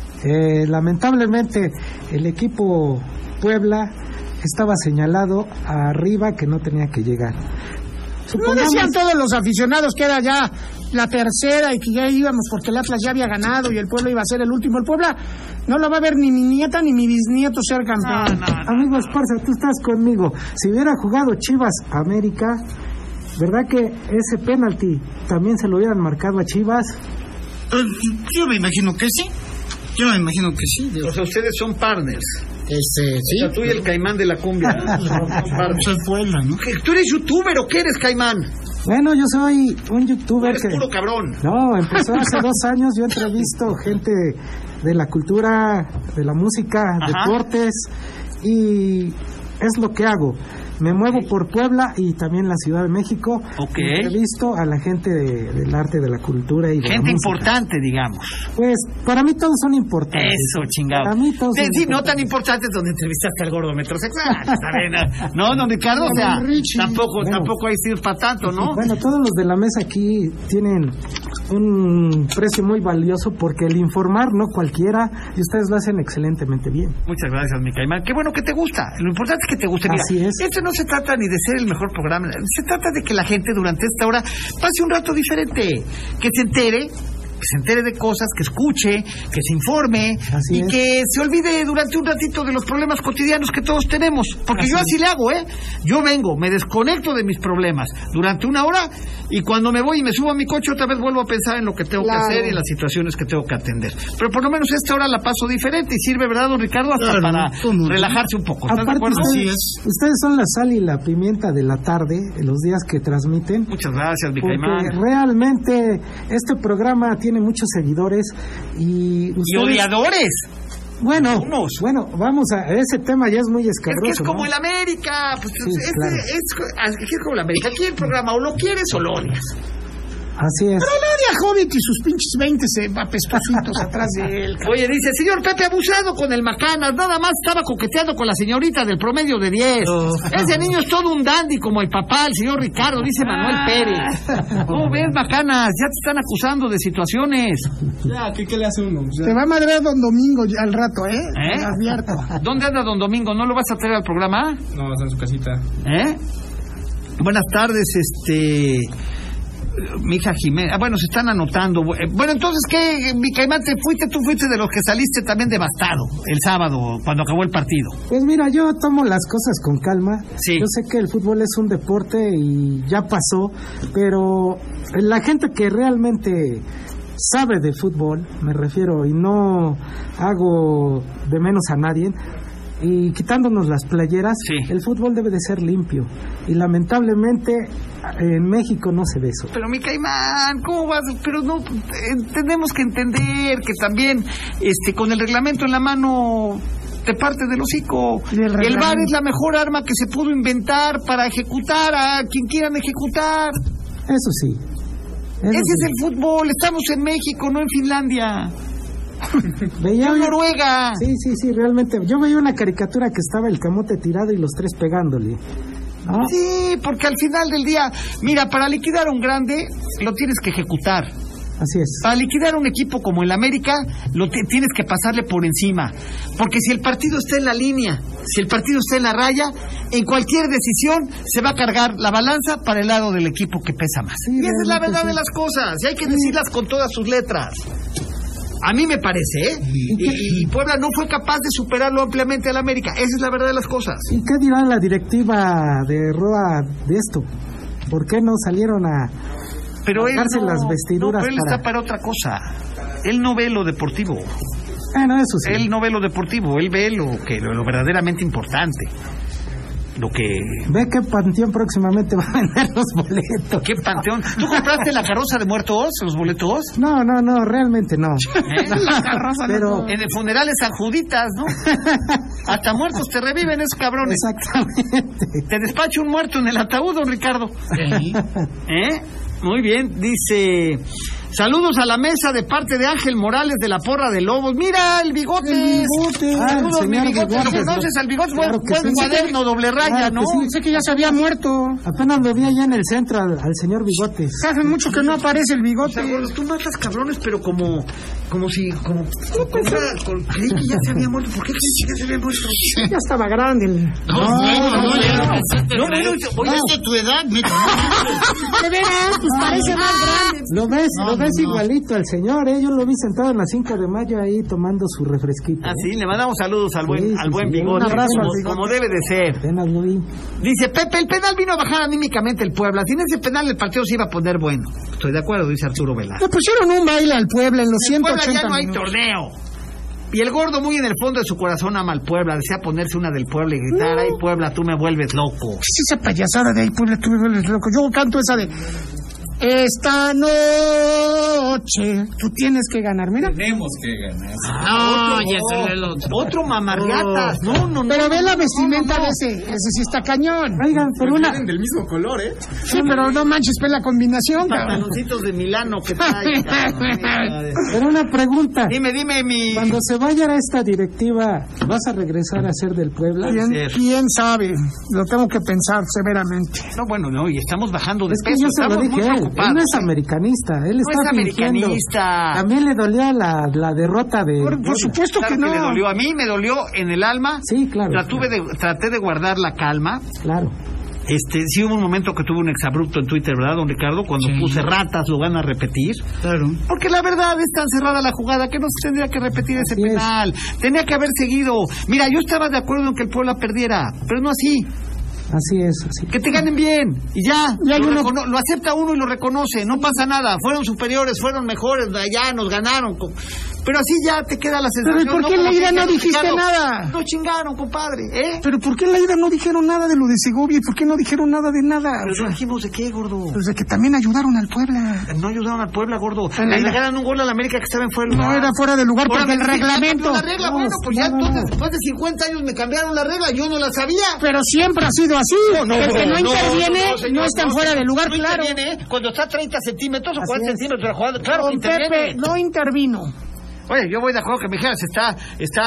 Eh, lamentablemente el equipo Puebla estaba señalado arriba que no tenía que llegar. No Supongamos- decían todos los aficionados que era ya la tercera y que ya íbamos porque el Atlas ya había ganado y el Puebla iba a ser el último. El Puebla no lo va a ver ni mi nieta ni mi bisnieto ser campeón. No, no, no. Amigo Esparza, tú estás conmigo. Si hubiera jugado Chivas América, ¿verdad que ese penalti también se lo hubieran marcado a Chivas? Pues, yo me imagino que sí. Yo me imagino que sí. O sea, ustedes son partners. Este, sí. O sea, tú y el Caimán de la cumbia. Son partners. Soy Puebla, ¿no? ¿Tú eres youtuber o qué eres, Caimán? Bueno, yo soy un youtuber Eres que... puro cabrón. No, empezó hace dos años. Yo entrevisto gente de la cultura, de la música, Ajá. deportes, y es lo que hago. Me muevo por Puebla y también la Ciudad de México. Ok. Entrevisto a la gente de, del arte, de la cultura y de Gente la música. importante, digamos. Pues para mí todos son importantes. Eso, chingado. Para mí todos Sí, son sí, no importantes. tan importantes donde entrevistaste al gordo metrosexual. ¿Sabes? No, don Ricardo, o sea, tampoco, Bueno. tampoco hay que ir para tanto, ¿no? Bueno, todos los de la mesa aquí tienen un precio muy valioso porque el informar no cualquiera, y ustedes lo hacen excelentemente bien. Muchas gracias, mi Caimán. Qué bueno que te gusta. Lo importante es que te guste. Mira, Así es. esto no se trata ni de ser el mejor programa. Se trata de que la gente durante esta hora pase un rato diferente. Que se entere, que se entere de cosas, que escuche, que se informe. Así y es. que se olvide durante un ratito de los problemas cotidianos que todos tenemos. Porque Así yo es. así le hago, ¿eh? Yo vengo, me desconecto de mis problemas durante una hora y cuando me voy y me subo a mi coche otra vez vuelvo a pensar en lo que tengo Claro. que hacer y en las situaciones que tengo que atender. Pero por lo menos esta hora la paso diferente y sirve, ¿verdad, don Ricardo? Hasta Claro, para ¿cómo no? relajarse un poco. ¿Estás de Aparte, acuerdo? ustedes, Así es. ustedes son la sal y la pimienta de la tarde, los días que transmiten. Muchas gracias, mi Porque Caimán. realmente este programa tiene muchos seguidores y Y ustedes... odiadores. Bueno, Unos. bueno, vamos a... Ese tema ya es muy Es que escabroso, es como ¿no? el América. Pues Sí, este, claro. es, es como el América. Aquí el programa o lo quieres o lo odias. Así es. Pero no odia Hobbit y sus pinches veinte apestositos atrás de él. Oye, dice, señor Pepe, abusado con el Macanas, nada más estaba coqueteando con la señorita del promedio de diez. Ese niño es todo un dandy como el papá, el señor Ricardo, dice Manuel Pérez. ¿Cómo ves, Macanas? Ya te están acusando de situaciones. Ya, ¿qué, qué le hace uno? O sea, Te va a madrear Don Domingo ya al rato, ¿eh? ¿Eh? Te advierto. ¿Dónde anda don Domingo? ¿No lo vas a traer al programa? no, está en su casita. ¿Eh? Buenas tardes, este... Mi hija Jimena. Ah, bueno, se están anotando. Bueno, entonces, ¿qué, mi Caimán? ¿Te fuiste? Tú fuiste de los que saliste también devastado el sábado, cuando acabó el partido. Pues mira, yo tomo las cosas con calma. Sí. Yo sé que el fútbol es un deporte y ya pasó, pero la gente que realmente sabe de fútbol, me refiero, y no hago de menos a nadie, y quitándonos las playeras, Sí. el fútbol debe de ser limpio. Y lamentablemente en México no se ve eso. Pero mi Caimán, ¿cómo vas? Pero no, eh, tenemos que entender que también, este, con el reglamento en la mano, te parte del hocico. Del El V A R reglamento. es la mejor arma que se pudo inventar para ejecutar a quien quieran ejecutar. Eso sí. Eso Ese sí. es el fútbol. Estamos en México, no en Finlandia. Veía No en yo- Noruega. Sí, sí, sí, realmente. Yo veía una caricatura que estaba el camote tirado y los tres pegándole. ¿No? Sí, porque al final del día, mira, para liquidar a un grande, lo tienes que ejecutar. Así es. Para liquidar a un equipo como el América, lo ti- tienes que pasarle por encima. Porque si el partido está en la línea, si el partido está en la raya, en cualquier decisión se va a cargar la balanza para el lado del equipo que pesa más. Sí, y esa es la realmente verdad sí. de las cosas, y hay que decirlas con todas sus letras. A mí me parece, ¿eh? Y, y Puebla no fue capaz de superarlo ampliamente al América. Esa es la verdad de las cosas. ¿Y qué dirá la directiva de Roa de esto? ¿Por qué no salieron a Pero él rasgarse no, las no, vestiduras pero él para... está para otra cosa. Él no ve lo deportivo. Bueno, eso sí. Él no ve lo deportivo, él ve lo que lo, lo verdaderamente importante. Lo que... Ve que Panteón próximamente va a vender los boletos. ¿Qué panteón? ¿Tú compraste la carroza de muertos, los boletos? No, no, no, realmente no. ¿Eh? Pero... En el funeral de San Juditas, ¿no? Hasta muertos te reviven esos cabrones. Exactamente. Te despacho un muerto en el ataúd, don Ricardo. ¿Eh? Muy bien, dice... Saludos a la mesa de parte de Ángel Morales de la Porra de Lobos. Mira, el Bigotes. El Bigotes. Ah, el Saludos, mi señor Bigotes. ¿Lo Bigotes. conoces al Bigotes? Buen, Claro que buen sí. cuaderno, doble raya, Claro ¿no? que sí. Pensé que ya se había muerto. Apenas lo vi allá en el centro al, al señor Bigotes. Hace mucho que no aparece el O bigote. sea, gordo, tú matas cabrones, pero como... Como si... Como... como con- con- creí que ya se había muerto. ¿Por qué creí que ya se había muerto? Ya estaba grande. El... No, no, no, ya no pensaste No, traer. bueno, oye, Es de tu edad, neta. De veras, pues parece más grande. Lo ves, No, lo ves no. igualito al señor, ¿eh? Yo lo vi sentado en la cinco de mayo ahí tomando su refresquito. Ah, ¿eh? sí, le mandamos saludos al buen, Sí, al sí, buen sí, Bigote. un abrazo como, al Bigote. como debe de ser. Apenas lo vi. Dice Pepe, el penal vino a bajar anímicamente el Puebla. Sin ese penal el partido se iba a poner bueno. Estoy de acuerdo, dice Arturo Velar. Le pusieron un baile al Puebla en los En Puebla ciento ochenta ya no hay minutos. torneo. Y el gordo muy en el fondo de su corazón ama al Puebla, desea ponerse una del Puebla y gritar, ay Puebla, tú me vuelves loco. ¿Qué es esa payasada de ahí, Puebla, tú me vuelves loco? Yo canto esa de... Esta noche tú tienes que ganar, mira. Tenemos que ganar. Ah, No, ya otro, salió el otro. otro mamargatas. Oh. No, no, no. Pero ve la no, vestimenta no, no. de ese, ese sí está cañón. Oigan, pero una... Vienen del mismo color, ¿eh? Sí, pero no manches, ve la combinación, cabrón. Pantaloncitos de Milano que trae. Pero una pregunta. Dime, dime, mi... Cuando se vaya a esta directiva, ¿vas a regresar a ser del Puebla? ¿Quién, quién sabe? Lo tengo que pensar severamente. No, bueno, no, y estamos bajando de Es que peso, yo se lo estamos dije muy a él. preocupados. Él no es americanista, él No está es fingiendo. americanista. También le dolía la, la derrota de... Por, por supuesto Claro que no. me dolió. A mí me dolió en el alma. Sí, claro. Traté de, traté de guardar la calma. Claro. Este, sí hubo un momento que tuve un exabrupto en Twitter, ¿verdad, don Ricardo? Cuando Sí. puse ratas, lo van a repetir. Claro. Porque la verdad es tan cerrada la jugada que no se tendría que repetir ese Así es. penal. Tenía que haber seguido. Mira, yo estaba de acuerdo en que el Puebla perdiera, pero no así. Así es, así. Que te ganen bien y ya. Y hay Lo, uno- recono- lo acepta uno y lo reconoce. No pasa nada. Fueron superiores, fueron mejores. Ya nos ganaron. co- Pero así ya te queda la Pero sensación. ¿y por ¿no? qué en la Como ida que no dijeron, dijiste Ricardo, nada? No chingaron, compadre, ¿eh? Pero ¿por qué en la ida no dijeron nada de lo de Segovia? ¿Y por qué no dijeron nada de nada? O Pero sea, no dijimos de qué, gordo. pues de que también ayudaron al Puebla. No ayudaron al Puebla, gordo. En la Le ida. regalan un gol a la América que estaba en fuera de No lugar. era fuera de lugar Ahora porque el me dicen, reglamento. "Ya cambió la regla". No, Bueno, pues ya no, no, entonces, no. después de cincuenta años me cambiaron la regla. Yo no la sabía. Pero siempre ha sido así. No, no, el que no, no, interviene no, señor, está en fuera señor. de lugar, No claro. interviene cuando está a treinta centímetros o Así cuarenta es. centímetros de la jugada. Claro que Don interviene. Pepe no intervino. Oye, yo voy de acuerdo que me dijeras, está, está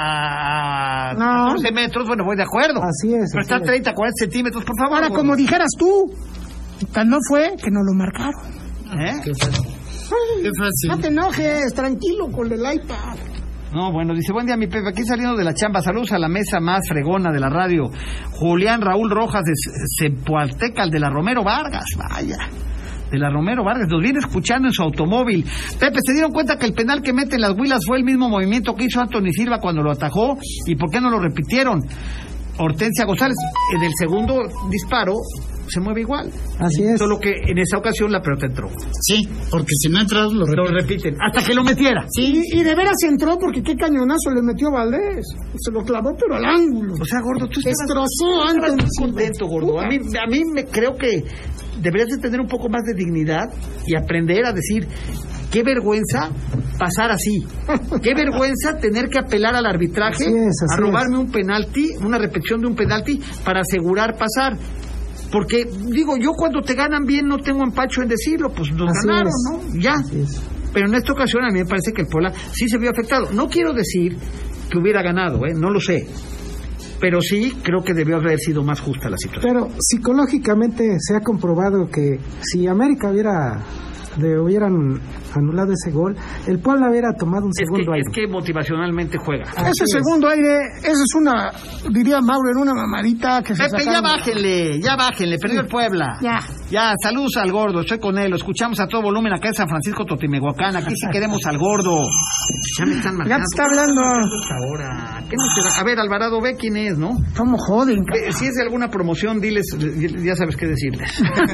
a No. catorce metros, bueno, voy de acuerdo. Así es, Pero así está a es. treinta, cuarenta centímetros, por favor. Ahora, gordo. como dijeras tú, tal no fue que no lo marcaron. ¿Eh? Qué fácil. Qué fácil. No te enojes, tranquilo con el iPad. No, bueno, dice, buen día mi Pepe, aquí saliendo de la chamba, saludos a la mesa más fregona de la radio, Julián Raúl Rojas de Zempoalteca, el de la Romero Vargas, vaya, de la Romero Vargas, nos viene escuchando en su automóvil. Pepe, ¿se dieron cuenta que el penal que meten las Huilas fue el mismo movimiento que hizo Anthony Silva cuando lo atajó? ¿Y por qué no lo repitieron? Hortensia González, en el segundo disparo se mueve igual. Así es. Solo que en esa ocasión la pelota entró. Sí, porque si no entras, lo Lo repito. repiten, hasta que lo metiera. Sí, y de veras entró porque qué cañonazo le metió Valdés. Se lo clavó, pero al ángulo. O sea, gordo, tú estabas, Destrozó estabas antes. muy contento, gordo. A mí, a mí me creo que deberías de tener un poco más de dignidad y aprender a decir, qué vergüenza pasar así. Qué vergüenza tener que apelar al arbitraje Así es, así a robarme es. un penalti, una repetición de un penalti para asegurar pasar. Porque, digo, yo cuando te ganan bien no tengo empacho en decirlo, pues nos Así ganaron, es. ¿no? Ya. Así es. Pero en esta ocasión a mí me parece que el Puebla sí se vio afectado. No quiero decir que hubiera ganado, ¿eh? No lo sé. Pero sí creo que debió haber sido más justa la situación. Pero psicológicamente se ha comprobado que si América hubiera le hubieran anulado ese gol, el Puebla hubiera tomado un Es que, segundo aire. es que motivacionalmente juega. Ese segundo aire, eso es una, diría Mauro, en una mamadita que se Pepe, ya sacaron. bájenle, ya bájenle, perdió el Puebla. Ya. Ya, saludos al gordo, estoy con él, lo escuchamos a todo volumen acá en San Francisco Totimehuacán, aquí sí queremos al gordo. Ya me están Ya marcando. te está hablando. Ahora, ¿qué nos queda? A ver, Alvarado, ve quién es, ¿no? ¿Cómo joden? Ve, si es de alguna promoción, diles, ya sabes qué decirles.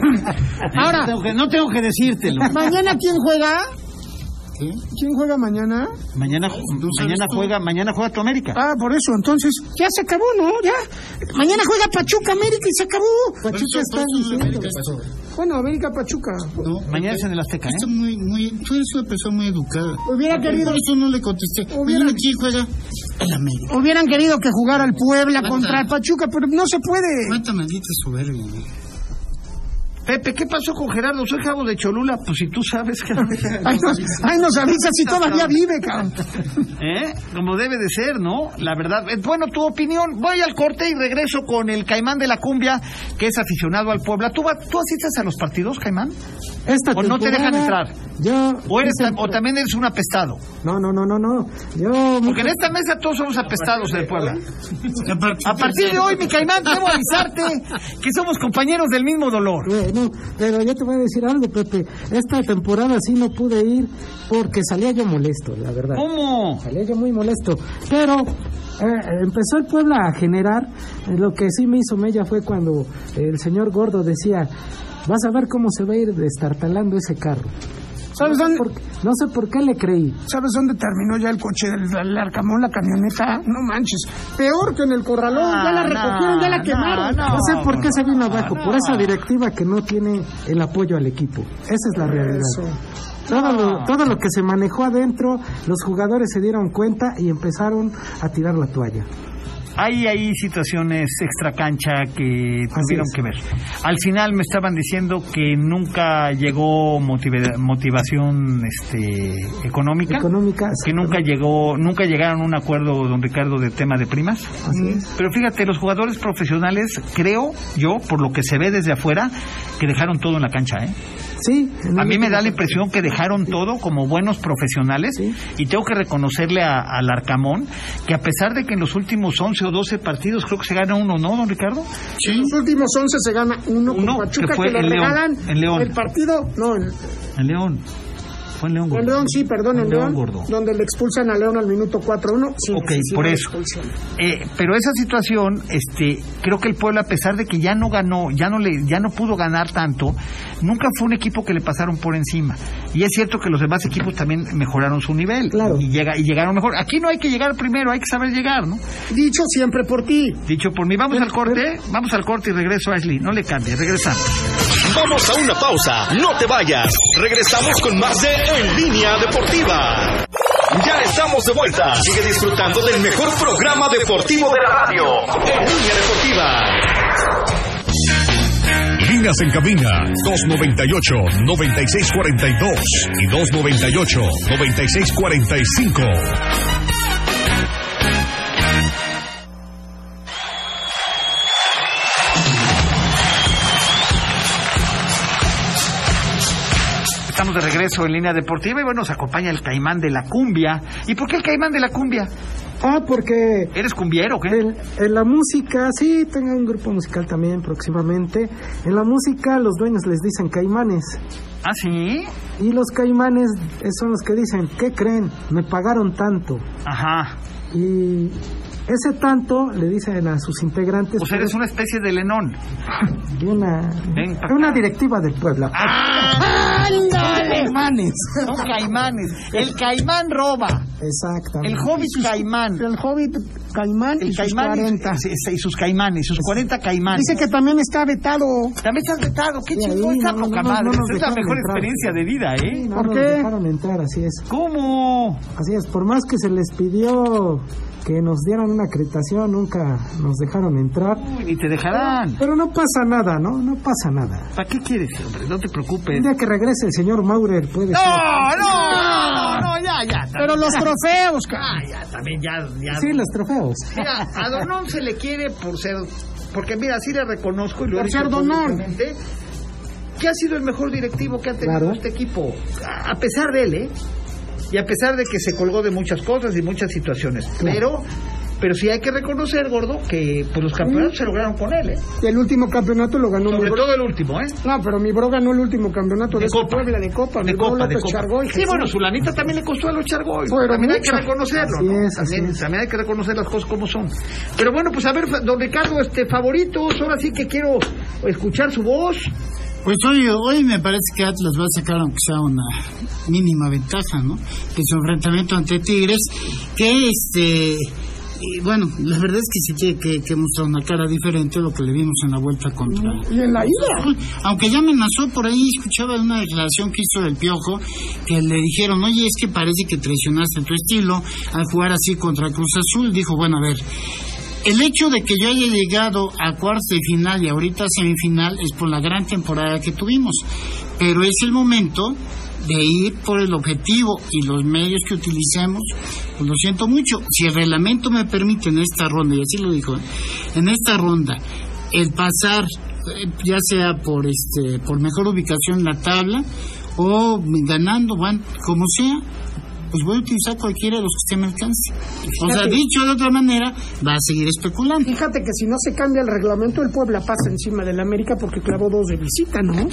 Ahora, no tengo que, no tengo que decírtelo. ¿mañana quién juega? ¿Qué? ¿Quién juega mañana? Mañana, mañana juega, mañana juega tu América. Ah, por eso, entonces, ya se acabó, ¿no? Ya. Mañana juega Pachuca América y se acabó. Pachuca está diciendo. Bueno, América Pachuca. No, Mañana es en el Azteca, ¿eh? Está muy, muy, tú eres una persona muy educada. Hubiera querido, Por eso no le contesté. Hubiera- Mañana quién juega el América. hubieran querido que jugara el Puebla Mata. contra el Pachuca, pero no se puede. Cuánta maldita soberbia. Pepe, ¿qué pasó con Gerardo? Soy Javo de Cholula. Pues si tú sabes que... Ay, nos, ay, nos avisa si todavía vive, cabrón. ¿Eh? Como debe de ser, ¿no? La verdad. Eh, Bueno, tu opinión. Voy al corte y regreso con el Caimán de la Cumbia, que es aficionado al Puebla. ¿Tú, va- tú asistes a los partidos, Caimán? Esta ¿O no te dejan temporada, entrar? Yo, ¿O, eres, esta- o también eres un apestado? No, no, no, no, no. Yo... Porque en esta mesa todos somos apestados del Puebla. A partir de hoy, mi Caimán, debo avisarte que somos compañeros del mismo dolor. Bueno, pero yo te voy a decir algo, Pepe. Esta temporada sí no pude ir porque salía yo molesto, la verdad. ¿Cómo? Salía yo muy molesto. Pero eh, empezó el Puebla a generar. eh, Lo que sí me hizo mella fue cuando el señor Gordo decía: vas a ver cómo se va a ir destartalando ese carro. ¿Sabes no dónde? Sé por, no sé por qué le creí. ¿Sabes dónde terminó ya el coche del, del Arcamón, la camioneta? No manches. Peor que en el corralón. Ah, ya la recogieron, no, ya la quemaron. no, No sé por qué se vino no, abajo, no. por esa directiva que no tiene el apoyo al equipo. Esa es la realidad. Eso. Todo, No. lo, todo lo que se manejó adentro, los jugadores se dieron cuenta y empezaron a tirar la toalla. Hay ahí situaciones extracancha que tuvieron es. que ver. Al final me estaban diciendo que nunca llegó motiva- motivación este, económica, Económica, que nunca llegó, nunca llegaron a un acuerdo, don Ricardo, de tema de primas. Así es. Pero fíjate, los jugadores profesionales, creo yo, por lo que se ve desde afuera, que dejaron todo en la cancha, ¿eh? Sí. A mí me da la impresión que dejaron todo como buenos profesionales, sí. Y tengo que reconocerle a- al Arcamón que a pesar de que en los últimos once o doce partidos creo que se gana uno, ¿no, don Ricardo? Sí. Los últimos once se gana uno, Uno, con Pachuca, que fue que le en León, regalan en León. el partido. No, en, En León. Fue en León, gordo. en León, sí, perdón, en En León, León, gordo. donde le expulsan a León al minuto cuatro uno. Sí, Ok, sí, sí, por la eso. expulsión. Eh, pero esa situación, este, creo que el Puebla, a pesar de que ya no ganó, ya no le, ya no pudo ganar tanto, nunca fue un equipo que le pasaron por encima. Y es cierto que los demás equipos también mejoraron su nivel. Claro. Y llega, y llegaron mejor. Aquí no hay que llegar primero, hay que saber llegar, ¿no? Dicho siempre por ti. Dicho por mí, vamos al corte, vamos al corte y regreso, Ashley. No le cambie, regresamos. Vamos a una pausa, no te vayas. Regresamos con más de En Línea Deportiva. Ya estamos de vuelta. Sigue disfrutando del mejor programa deportivo de la radio. En Línea Deportiva. Líneas en cabina dos noventa y ocho, noventa y seis cuarenta y dos y dos noventa y ocho, noventa y seis cuarenta y cinco. Estamos de regreso en Línea Deportiva y bueno, nos acompaña el Caimán de la Cumbia. ¿Y por qué el Caimán de la Cumbia? Ah, porque ¿Eres cumbiero o qué? en, en la música, sí, tengo un grupo musical también próximamente. En la música los dueños les dicen caimanes. ¿Ah, sí? Y los caimanes eh, son los que dicen, ¿qué creen? Me pagaron tanto. Ajá. Y ese tanto le dicen a sus integrantes. O sea, eres una especie de Lenón. De una, Ven pa' una acá. directiva del Puebla. ¡Ah! Caimanes. Son caimanes. El caimán roba. Exactamente. El hobbit caimán. El Hobbit Caimán El y sus caimán y, cuarenta. sí, sí, y sus caimanes, sus cuarenta caimanes. Dice que también está vetado. También estás vetado. Qué Sí, chingón, ahí esta no, no, poca no, madre. no nos Esta es la dejaron mejor entrar. experiencia de vida, ¿eh? No ¿Por nos qué? dejaron entrar, así es. ¿Cómo? Así es, por más que se les pidió que nos dieran una acreditación, nunca nos dejaron entrar. Uy, ni te dejarán. Pero no pasa nada, ¿no? No pasa nada. ¿Para qué quieres, hombre? No te preocupes. El día que regrese el señor Maurer puede No, ser. no, no, no, ya, ya. Pero los trofeos, ca- Ah, ya, también, ya, ya. Sí, los trofeos. Mira, a Donón se le quiere por ser... Porque mira, sí le reconozco y lo he Por dicho ser Donón. públicamente, que ha sido el mejor directivo que ha tenido Claro. este equipo. A a pesar de él, ¿eh? Y a pesar de que se colgó de muchas cosas y muchas situaciones. Pero... Pero sí hay que reconocer, gordo, que pues, los campeonatos se lograron con él, ¿eh? Y el último campeonato lo ganó Sobre mi bro. todo el último, ¿eh? No, pero mi bro ganó el último campeonato de, De ese Copa. Puebla, de Copa. De mi bro Copa, de López Copa. Chargoy, Sí, Jesús. bueno, su lanita también le costó a los Chargoy. Pero También hay que mucho. reconocerlo, Así ¿no? es, así también, es. también hay que reconocer las cosas como son. Pero bueno, pues a ver, don Ricardo, este, favoritos, ahora sí que quiero escuchar su voz. Pues hoy, hoy me parece que Atlas va a sacar aunque sea una mínima ventaja, ¿no? Que su enfrentamiento ante Tigres, que este... Y bueno, la verdad es que sí tiene que, que mostrar una cara diferente a lo que le vimos en la vuelta contra... Y en la ida. Aunque ya amenazó por ahí, escuchaba una declaración que hizo del Piojo, que le dijeron, oye, es que parece que traicionaste tu estilo al jugar así contra Cruz Azul. Dijo, bueno, a ver, el hecho de que yo haya llegado a cuartos de final y ahorita a semifinal es por la gran temporada que tuvimos, pero es el momento de ir por el objetivo y los medios que utilicemos. Pues lo siento mucho, si el reglamento me permite en esta ronda, y así lo dijo, en esta ronda el pasar eh, ya sea por este por mejor ubicación en la tabla o ganando, bueno, como sea, pues voy a utilizar cualquiera de los que esté a mi alcance. O sea, dicho de otra manera, va a seguir especulando. Fíjate que si no se cambia el reglamento, el Puebla pasa encima del América porque clavó dos de visita, ¿no?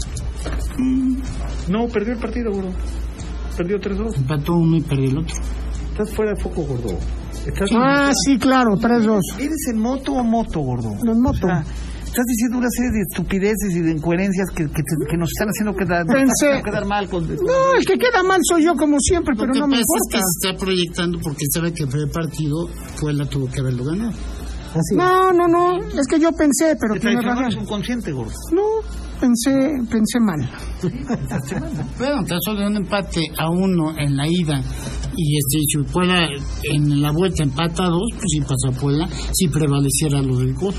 Mm, no, perdió el partido, gordo. Perdió tres dos. Empató uno y perdió el otro. Estás fuera de foco, gordo. Estás Ah, sí, claro, tres dos. ¿Eres en moto o moto, gordo? En moto. O sea, estás diciendo una serie de estupideces y de incoherencias que, que, te, que nos están haciendo quedar, Pensé... quedar mal. Con, con... No, el que queda mal soy yo como siempre, pero no me importa. Es que se está proyectando porque sabe que el primer partido Puebla tuvo que haberlo ganado. Así. No, no, no, es que yo pensé, pero tiene razón. Es un consciente, gordo. No, pensé, pensé mal. Bueno, en caso de un empate a uno en la ida y este si Puebla en la vuelta empata a dos, pues sí pasa a Puebla si prevaleciera lo del gol.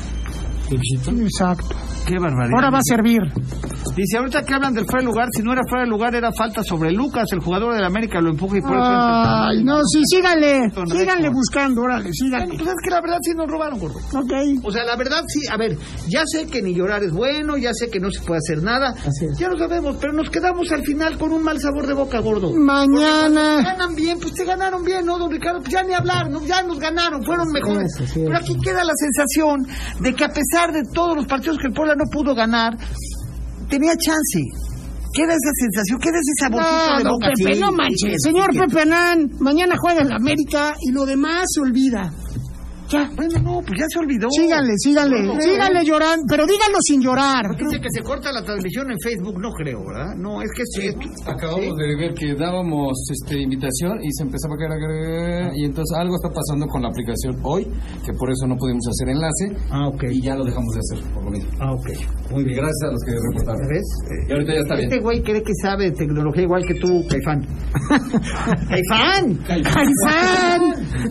Exacto. Qué barbaridad. Ahora va a servir. Dice, ahorita que hablan del fuera de lugar, si no era fuera de lugar, era falta sobre Lucas, el jugador del América lo empuja y por eso... Ay, no, sí, síganle, síganle buscando, órale, síganle. Bueno, pues es que la verdad sí nos robaron, gordo. Ok. O sea, la verdad sí, a ver, ya sé que ni llorar es bueno, ya sé que no se puede hacer nada, así es. Ya lo sabemos, pero nos quedamos al final con un mal sabor de boca, gordo. Mañana... Si ganan bien, pues te ganaron bien, ¿no, don Ricardo? Pues ya ni hablar, ¿no? Ya nos ganaron, fueron así mejores. Es, pero aquí queda la sensación de que a pesar de todos los partidos que el Puebla no pudo ganar, tenía chance. Queda esa sensación, queda ese saborcito no, de no, boca. Pepe, sí, no manches. sí, Señor sí, Pepe Anán, mañana juega en la América y lo demás se olvida. Ya. Bueno, no, pues ya se olvidó. Síganle, síganle, no, no, síganle llorando, pero díganlo sin llorar. Dice que se corta la transmisión en Facebook, no creo, ¿verdad? No, es que sí. Acabamos ¿sí? de ver que dábamos este invitación y se empezaba a caer, y entonces algo está pasando con la aplicación hoy, que por eso no pudimos hacer enlace. Ah, ok. Y ya lo dejamos de hacer, por lo mismo. Ah, ok. Muy bien. Gracias a los que reportaron. ¿Ves? Y ahorita ya está bien. Este güey cree que sabe de tecnología igual que tú, Caifán. ¡Caifán! ¡Caifán!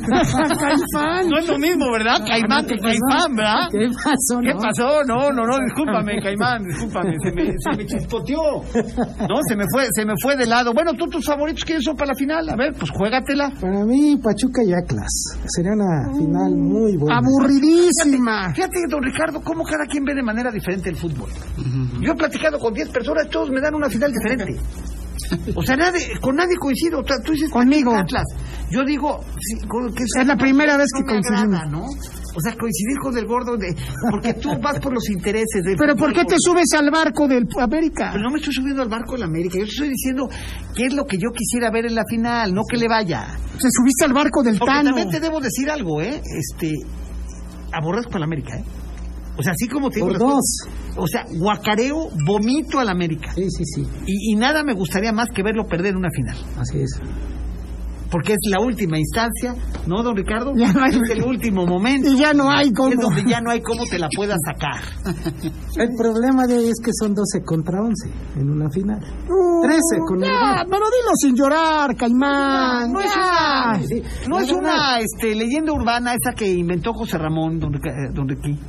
¡Caifán! No es lo mismo, ¿verdad? Caifán. Que Caimán, ¿verdad? ¿Qué pasó? ¿Qué no? pasó? No, no, no, discúlpame, Caimán, discúlpame, se me, se me chispoteó. No, se me fue, se me fue de lado. Bueno, tú tus favoritos, ¿quiénes son para la final? A ver, pues juégatela. Para mí, Pachuca y Atlas. Sería una final muy buena. Aburridísima. Fíjate, fíjate, don Ricardo, cómo cada quien ve de manera diferente el fútbol. Uh-huh. Yo he platicado con diez personas, todos me dan una final diferente. O sea, nadie, con nadie coincido. O sea, tú dices conmigo. Atlas. Yo digo sí, que es la primera vez que no coincidimos, agrada, ¿no? O sea, coincidir con el gordo de porque tú vas por los intereses del Pero ¿por qué te subes al barco del América? Pero no me estoy subiendo al barco del América. Yo te estoy diciendo qué es lo que yo quisiera ver en la final, no que le vaya. Te subiste al barco del porque Tano. También te debo decir algo, ¿eh? Este, aborrezco al América, ¿eh? O sea, así como te digo... Por dos. Cosas, o sea, guacareo, vomito al América. Sí, sí, sí. Y, y nada me gustaría más que verlo perder una final. Así es. Porque es la última instancia, ¿no, don Ricardo? Ya no hay... Es el último momento. Y ya no hay cómo. Es donde ya no hay cómo te la puedas sacar. El problema de ahí es que son doce contra once en una final. Uh, trece con el ya, pero dilo sin llorar, Caimán. No, no es una, sí, no es una este, leyenda urbana esa que inventó José Ramón, don, don Ricky.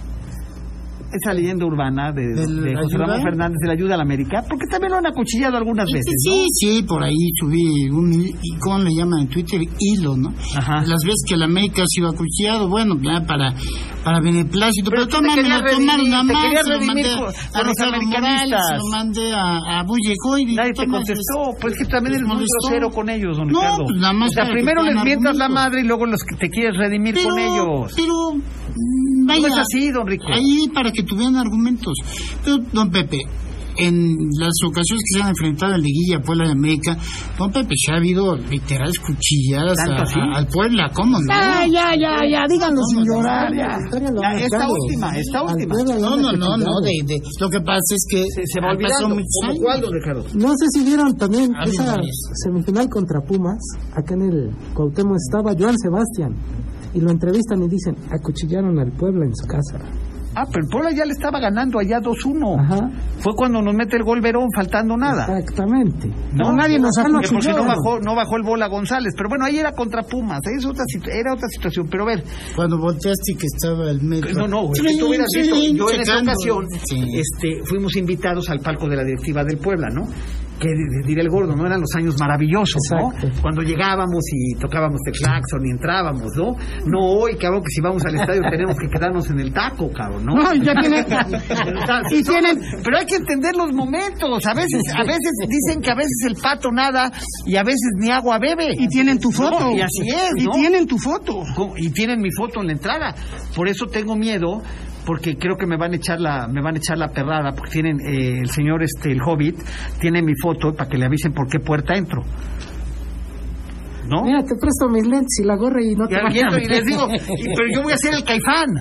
Esa leyenda urbana de, de José Ramón Fernández de la ayuda a la América, porque también lo han acuchillado algunas veces, ¿no? Sí, sí, por ahí subí un, ¿cómo le llaman en Twitter? Hilo, ¿no? Ajá. Las veces que la América ha sido acuchillado, bueno, ya para para beneplácito, pero, pero tomaron, lo tomaron a más, se lo mandé a Ricardo Morales, se lo mandé a, a Bullecoy. Nadie te contestó, pues es que también eres muy grosero con ellos, don no, Ricardo. Pues nada más o sea, primero les mientas la madre y luego los que te quieres redimir pero, con ellos. Pero... Vaya, no es así, don Rico. Ahí para que tuvieran argumentos. Pero, don Pepe, en las ocasiones que se han enfrentado en Liguilla, Puebla de América, don Pepe, se ha habido literales cuchilladas a, a, al Puebla, ¿cómo no? Ya, ya, ya, ya, díganlo sin llorar, ya. ya. Esta última, esta última. No, no, no, no, de, de, lo que pasa es que se, se va olvidando. ¿Cómo cuál, don Ricardo? No sé si vieron también a esa semifinal contra Pumas, acá en el Cuauhtémoc estaba Joan Sebastián. Y lo entrevistan y dicen, acuchillaron al Puebla en su casa. Ah, pero el Puebla ya le estaba ganando allá dos uno. Ajá. Fue cuando nos mete el gol Verón, faltando nada. Exactamente. No, no nadie nos acuchilló. Porque no bajó, no bajó el bola González. Pero bueno, ahí era contra Pumas. Ahí es otra, era otra situación. Pero a ver. Cuando volteaste que estaba el metro. No, no, sí, que tú hubieras sí, visto. Yo checando. En esa ocasión Sí. este, fuimos invitados al palco de la directiva del Puebla, ¿no? Que diré el gordo, ¿no? Eran los años maravillosos, Exacto. ¿no? Cuando llegábamos y tocábamos el claxon y entrábamos, ¿no? No hoy, cabrón, que si vamos al estadio tenemos que quedarnos en el taco, cabrón, ¿no? No, ya tienen... y tienen... Pero hay que entender los momentos. A veces, a veces dicen que a veces el pato nada y a veces ni agua bebe. Y tienen tu foto. No, y así es, ¿no? Y tienen tu foto. Y tienen mi foto en la entrada. Por eso tengo miedo, porque creo que me van a echar la me van a echar la perrada, porque tienen eh, el señor este el Hobbit tiene mi foto para que le avisen por qué puerta entro. ¿no? Mira, te presto mis lentes y la gorra y no te... Y, y les digo, y, pero yo voy a ser el Caifán.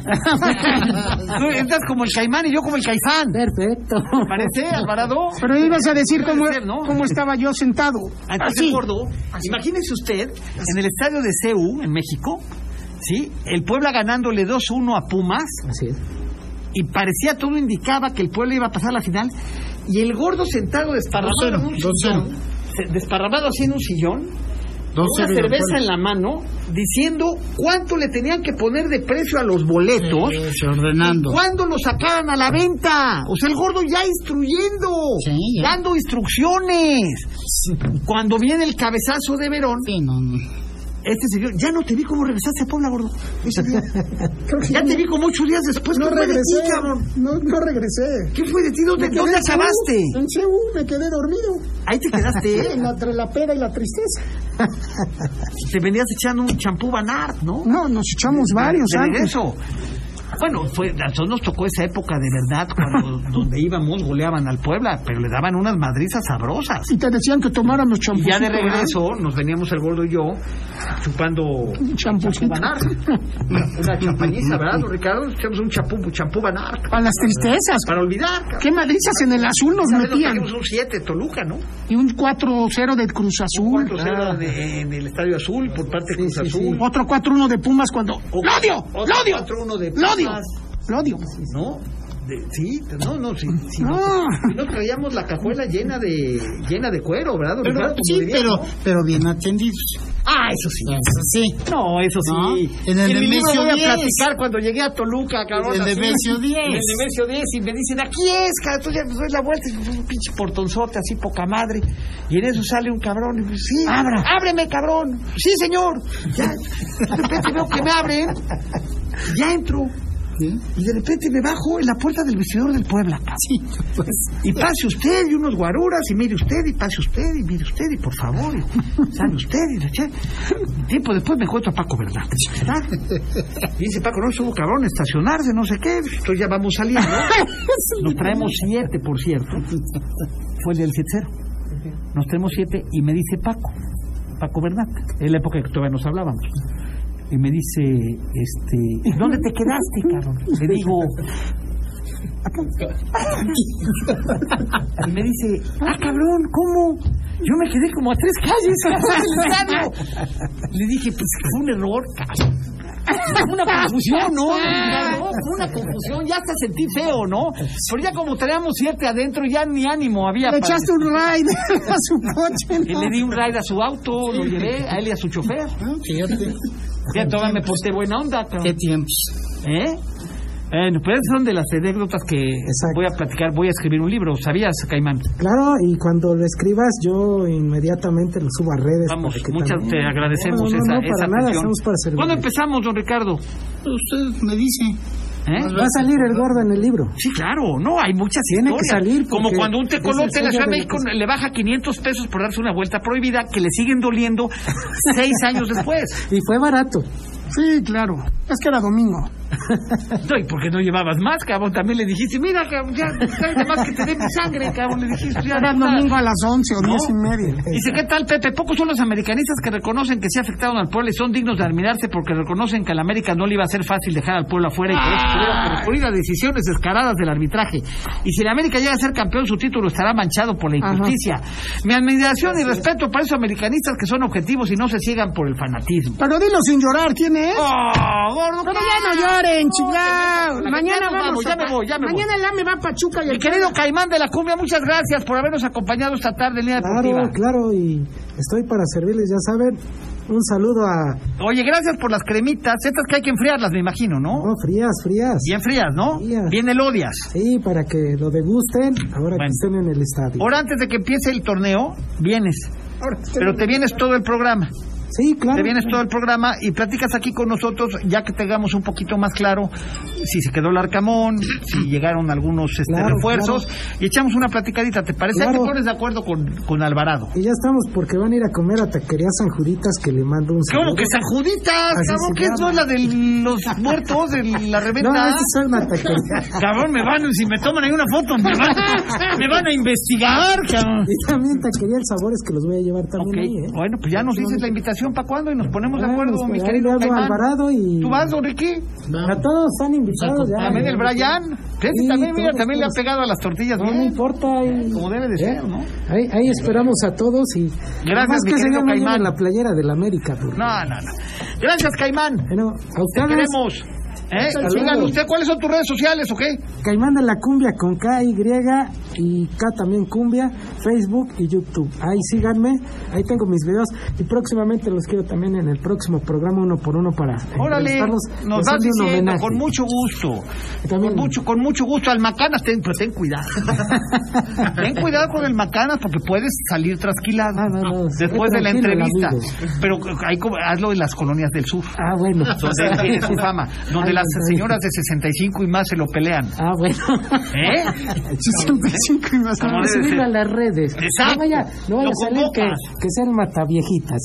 Tú estás como el Caimán y yo como el Caifán. Perfecto. ¿Te parece, Alvarado? Pero ibas a decir cómo, ser, ¿no? cómo estaba yo sentado. Entonces, Así. gordo, imagínese usted, en el estadio de C U, en México, ¿sí? El Puebla ganándole dos uno a Pumas. Así es. Y parecía, todo indicaba que el Puebla iba a pasar a la final. Y el gordo sentado desparramado en un sillón, se- desparramado así en un sillón, con una cerveza en la mano, diciendo cuánto le tenían que poner de precio a los boletos, Sí, ordenando. y cuándo los sacaran a la venta. O sea, el gordo ya instruyendo, Sí, ya. dando instrucciones. Cuando viene el cabezazo de Verón, Sí, no, no. este señor, ya no te vi cómo regresaste a Puebla, gordo. Ese día. Creo que Ya te vi como ocho días después. No ¿Qué fue de ti, regresé, cabrón? no, no regresé. ¿Qué fue de ti? ¿Dónde, Me quedé ¿dónde en C U, acabaste? En C U me quedé dormido. Ahí te quedaste. En la- Entre la pera y la tristeza. Te venías echando un champú Van Aert, ¿no? No, nos echamos varios De antes. regreso. Bueno, fue, a nosotros nos tocó esa época de verdad, cuando donde íbamos goleaban al Puebla, pero le daban unas madrizas sabrosas. Y te decían que tomáramos Y champú. ya de regreso nos veníamos el gordo y yo chupando Champucito. champú Van Aert. Una, una champañiza, ¿verdad, don Ricardo? Echamos un champú, champú Van Aert. A las tristezas. Para olvidar. cabrón. Qué madrizas en el azul nos ¿Sabes? Nos metían. trajimos un siete Toluca, ¿no? Y un cuatro cero de Cruz Azul. cuatro cero de- en el Estadio Azul por parte de Cruz sí, sí. Azul. Otro cuatro uno de Pumas cuando... O- ¡Lo odio! otro ¡Lo odio! cuatro uno de ¡Lo odio! Pumas. ¡Lo odio! ¿No? De- sí, no, no, sí, sí, No. no. Sí nos traíamos la cajuela llena de llena de cuero, ¿verdad? don Pero, Ricardo? Como sí, diría, pero, ¿no? pero bien atendidos. Ah, eso sí. Eso sí. No, eso No, sí. en el mi libro Nemesio voy a diez. platicar cuando llegué a Toluca, cabrón. En el así. Nemesio diez. En el Nemesio diez y me dicen, aquí es, cabrón. Entonces ya me doy la vuelta y un pinche portonzote así, poca madre. Y en eso sale un cabrón y me dice, sí, Abra. ábreme, cabrón. Sí, señor. Ya, de repente veo que me abren. Ya entro. ¿Sí? Y de repente me bajo en la puerta del vestidor del Puebla. Sí, pues. Y pase usted y unos guaruras, y mire usted, y pase usted, y mire usted, y por favor, y sale usted, y le eché. Tiempo después me encuentro a Paco Bernal. ¿Verdad? Y dice Paco, no, estuvo cabrón estacionarse, no sé qué. Entonces ya vamos saliendo. Nos traemos siete, por cierto. Fue el del siete cero. Nos traemos siete, y me dice Paco, Paco Bernal, en la época que todavía nos hablábamos. Y me dice, este, ¿dónde te quedaste, cabrón? Le digo, y me dice, ah, cabrón, ¿cómo? Yo me quedé como a tres calles afuera del estadio. Le dije, pues fue un error, cabrón. Fue una confusión, ¿no? No, fue una confusión, ya hasta sentí feo, ¿no? Pero ya como teníamos siete adentro, ya ni ánimo había. Le para- echaste un ride a su coche, Y ¿no? le di un ride a su auto, lo llevé a él y a su chofer. Ah, fíjate. Ya todavía me porté buena onda, cabrón. Qué tiempos. ¿Eh? Bueno, pues esas son de las anécdotas que Exacto. voy a platicar. Voy a escribir un libro, ¿sabías, Caimán? Claro, y cuando lo escribas, yo inmediatamente lo subo a redes. Vamos, para que muchas también- te agradecemos No, no, esa, no, esa para nada, atención. estamos para servirle. ¿Cuándo empezamos, don Ricardo? Usted me dice. ¿Eh? Va a salir el gordo en el libro. Sí, claro, no, hay muchas Tiene que historias. salir porque Como cuando un es el tecolote en la sello Ciudad de de- México le baja quinientos pesos por darse una vuelta prohibida, que le siguen doliendo seis años después. Y fue barato. Sí, claro. Es que era domingo. No, ¿y por qué no llevabas más, cabrón? También le dijiste, mira, cabrón, ya, ya más que te dé mi sangre, cabrón. Le dijiste, ya. Era nada. domingo a las once o ¿No? diez y media. Dice, ¿qué tal, Pepe? Pocos son los americanistas que reconocen que sí afectaron al pueblo y son dignos de admirarse porque reconocen que al América no le iba a ser fácil dejar al pueblo afuera y por eso tuvieron que recurrir a decisiones descaradas del arbitraje. Y si el América llega a ser campeón, su título estará manchado por la injusticia. Mi admiración y respeto para esos americanistas que son objetivos y no se ciegan por el fanatismo. Pero dilo sin llorar, ¿quién es? ¡Oh, gordo! Pero ya no lloren, No, chingado. ya me- Mañana ya nos vamos. vamos, ya a- me voy, ya me voy. Mañana el A M E va a Pachuca y Mi el querido Caimán de la Cumbia, muchas gracias por habernos acompañado esta tarde en Línea Claro, Deportiva. claro, y estoy para servirles, ya saben. Un saludo a... Oye, gracias por las cremitas. Estas que hay que enfriarlas, me imagino, ¿no? No, frías, frías. Bien frías, ¿no? Frías. Bien elodias. Sí, para que lo degusten ahora Bueno. que estén en el estadio. Ahora, antes de que empiece el torneo, vienes. Ahora, Pero te vienes todo el programa. Sí, claro. Te vienes todo el programa y platicas aquí con nosotros, ya que tengamos un poquito más claro si se quedó el Arcamón, si llegaron algunos este, Claro, refuerzos, y echamos una platicadita. ¿Te parece? Ahí Claro. te pones de acuerdo con, con Alvarado. Y ya estamos porque van a ir a comer a Taquería San Juditas, que le mando un saludo. ¿Cómo que San Juditas? Así Cabrón, se que no llama. es la de los muertos, de la reventa. No, esa es una taquería. Cabrón, me van, si me toman ahí una foto, me van, me van a investigar, cabrón. Y también Taquería El Sabor, es que los voy a llevar también Ok, ahí, ¿eh? bueno, pues ya nos dices la invitación. calificación para cuándo y nos ponemos de Bueno, acuerdo, pues, mi ahí querido le hablo a Caimán. Alvarado y... ¿Tú vas, don Ricky? A todos están invitados ya. También el Brian. Sí, Sí, también, mira, todos, también le ha todos. pegado a las tortillas No, bien. no importa. Ahí, Como debe de ¿eh? ser, ¿no? Ahí, ahí esperamos a todos y... Gracias, Más mi que se querido llama Caimán. la playera del América. Porque... No, no, no. Gracias, Caimán. Bueno, a Te ustedes... queremos. ¿Eh? Hasta Sigan luego. usted, ¿cuáles son tus redes sociales o qué? Caimán de la Cumbia con K, Y y K también Cumbia, Facebook y YouTube. Ahí síganme, ahí tengo mis videos y próximamente los quiero también en el próximo programa uno por uno para Órale, entrevistarlos, nos les vas hace un diciendo homenaje. con mucho gusto. También- Con mucho, con mucho gusto. Al Macanas, ten, pero ten cuidado. Ten cuidado con el Macanas porque puedes salir trasquilado Ah, no, no, después de la tranquilo, entrevista. amigo. Pero ahí como- hazlo en las colonias del sur. Ah, bueno. Donde él tiene su fama, donde Ay, las no, no. señoras de sesenta y cinco y más se lo pelean. Ah, bueno. ¿Eh? sesenta y cinco y más. Como Vamos a debe subirlo ser. a las redes. Exacto. No vaya, no vaya Lo a salir que, convocas. que sean mataviejitas.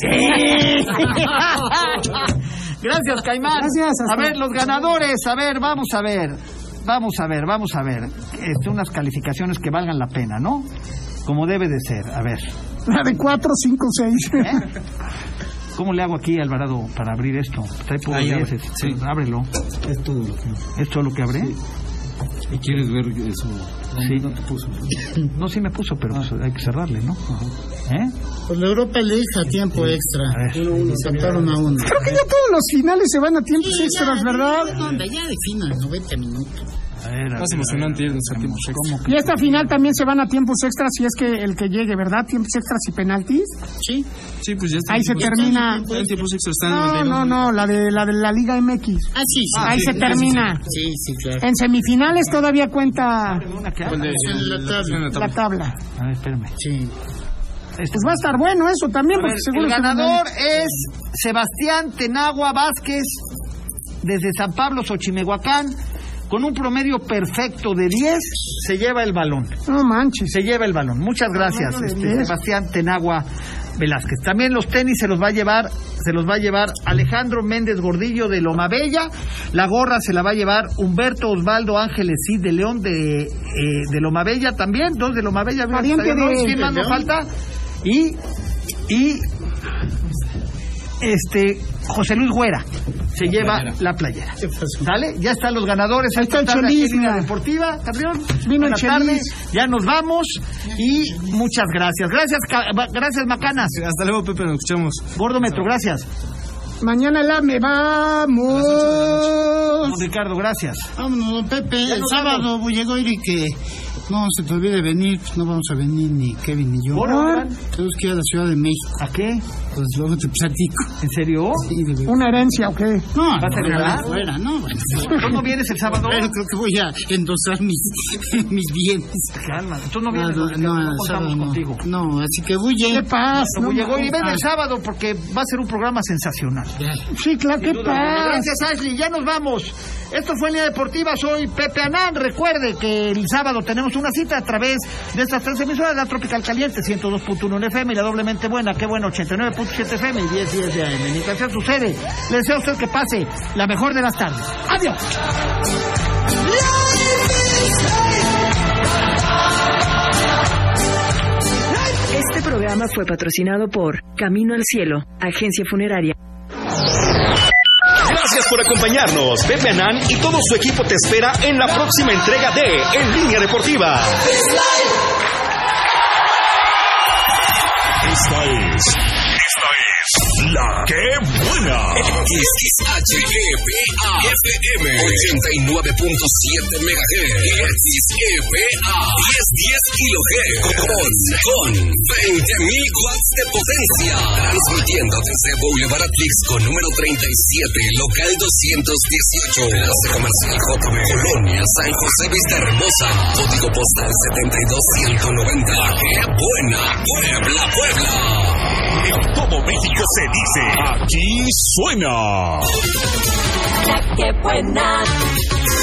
Gracias, Caimán. Gracias, hasta- A ver, los ganadores, a ver, vamos a ver. Vamos a ver, vamos a ver. Este, unas calificaciones que valgan la pena, ¿no? Como debe de ser. A ver. La de cuatro, cinco, seis. ¿Eh? ¿Cómo le hago aquí, Alvarado, para abrir esto? Trae por Ahí abre, veces. sí. Ábrelo. Es todo lo que... ¿Es todo lo que abre? ¿Y quieres ver eso? Sí. No te puso. No, sí me puso, pero pues hay que cerrarle, ¿no? ¿Eh? Pues la Europa le deja tiempo extra. A ver. Saltaron a uno. Creo que ya todos los finales se van a tiempos Sí, extras, ya, ¿verdad? No, hombre, ya defina, noventa minutos. A ver, a Más ver, emocionante irnos a tiempos extra. ¿Cómo que? Y esta final también se van a tiempos extras si es que el que llegue, ¿verdad? Tiempos extras y penaltis. Sí. Sí, pues ya está. Ahí se termina. Ya en tiempos extra están No, noventa y no, dos. no, la de la de la Liga M X. Ah, sí, sí. Ahí sí, se sí, termina. Sí, sí, claro. En semifinales todavía cuenta Una que Con habla. de- En la tabla. en la la tabla. A ver, espérame. Sí. Pues va a estar bueno eso también, A ver, porque seguro el se van a- ganador es Sebastián Tenagua Vázquez desde San Pablo, Xochimehuacán, con un promedio perfecto de diez, se lleva el balón. No manches. Se lleva el balón. Muchas gracias, Promedio de este, diez. Sebastián Tenagua Velázquez. También los tenis se los va a llevar, se los va a llevar Alejandro Méndez Gordillo de Loma Bella. La gorra se la va a llevar Humberto Osvaldo Ángeles Cid de León de, eh, de Loma Bella también, dos de Loma Bella. mira, Pariente está bien, ¿no? de- ¿Quién más de nos León. falta? Y y este José Luis Güera se lleva la playera. ¿Dale? Ya están los ganadores. Ahí está el Esta tarde aquí en Chelis, Línea mira. Deportiva, Cabrión. Vino el Buenas tardes. Chelis. Ya nos vamos y muchas gracias. Gracias, Ca- gracias Macanas. Hasta luego, Pepe, nos escuchamos. Gordo Metro, gracias. Mañana la me vamos. Don Ricardo, gracias. Vámonos, don Pepe. Ya El nos sábado voy llegó y que no se te olvide venir. No vamos a venir ni Kevin ni yo. ¿Ahora? Tenemos que ir a la Ciudad de México. ¿A qué? Pues luego te platico. ¿En serio? Sí, de verdad. ¿Una herencia o qué? No, ¿Vas a no, regalar? fuera, no. Bueno. ¿Tú no vienes el sábado? Pero creo que voy a endosar mis, mis bienes. Calma, tú no No, vienes, no, don Ricardo, no, no el contamos sábado no. contigo. No, así que voy ¿Qué a... pasa? No, No, llegó y ven ah. el sábado porque va a ser un programa sensacional. sí, claro, ¿qué pasa? Gracias, Ashley. Ya nos vamos. Esto fue Línea Deportiva. Soy Pepe Anán. Recuerde que el sábado tenemos una cita a través de estas tres emisoras: la Tropical Caliente ciento dos punto uno en F M y la Doblemente Buena, qué bueno, ochenta y nueve punto siete F M y diez diez de A M. Mientras eso sucede, le deseo a usted que pase la mejor de las tardes. ¡Adiós! Este programa fue patrocinado por Camino al Cielo, agencia funeraria. Gracias por acompañarnos. Pepe Anán y todo su equipo te espera en la próxima entrega de En Línea Deportiva. Esta es... Esta es... La Que Buena. X H E P A F M ochenta y nueve punto siete megahertz. X E P A diez diez kilohertz. Con, con veinte mil watts de potencia. Transmitiendo desde Boulevard Atlix con número treinta y siete, local doscientos dieciocho. Enlace comercial J B. Colonia, San José Vista Hermosa. Código postal setenta y dos ciento noventa. ¡Qué buena! Puebla, Puebla. En todo México se dice, aquí suena. ¡Qué buena!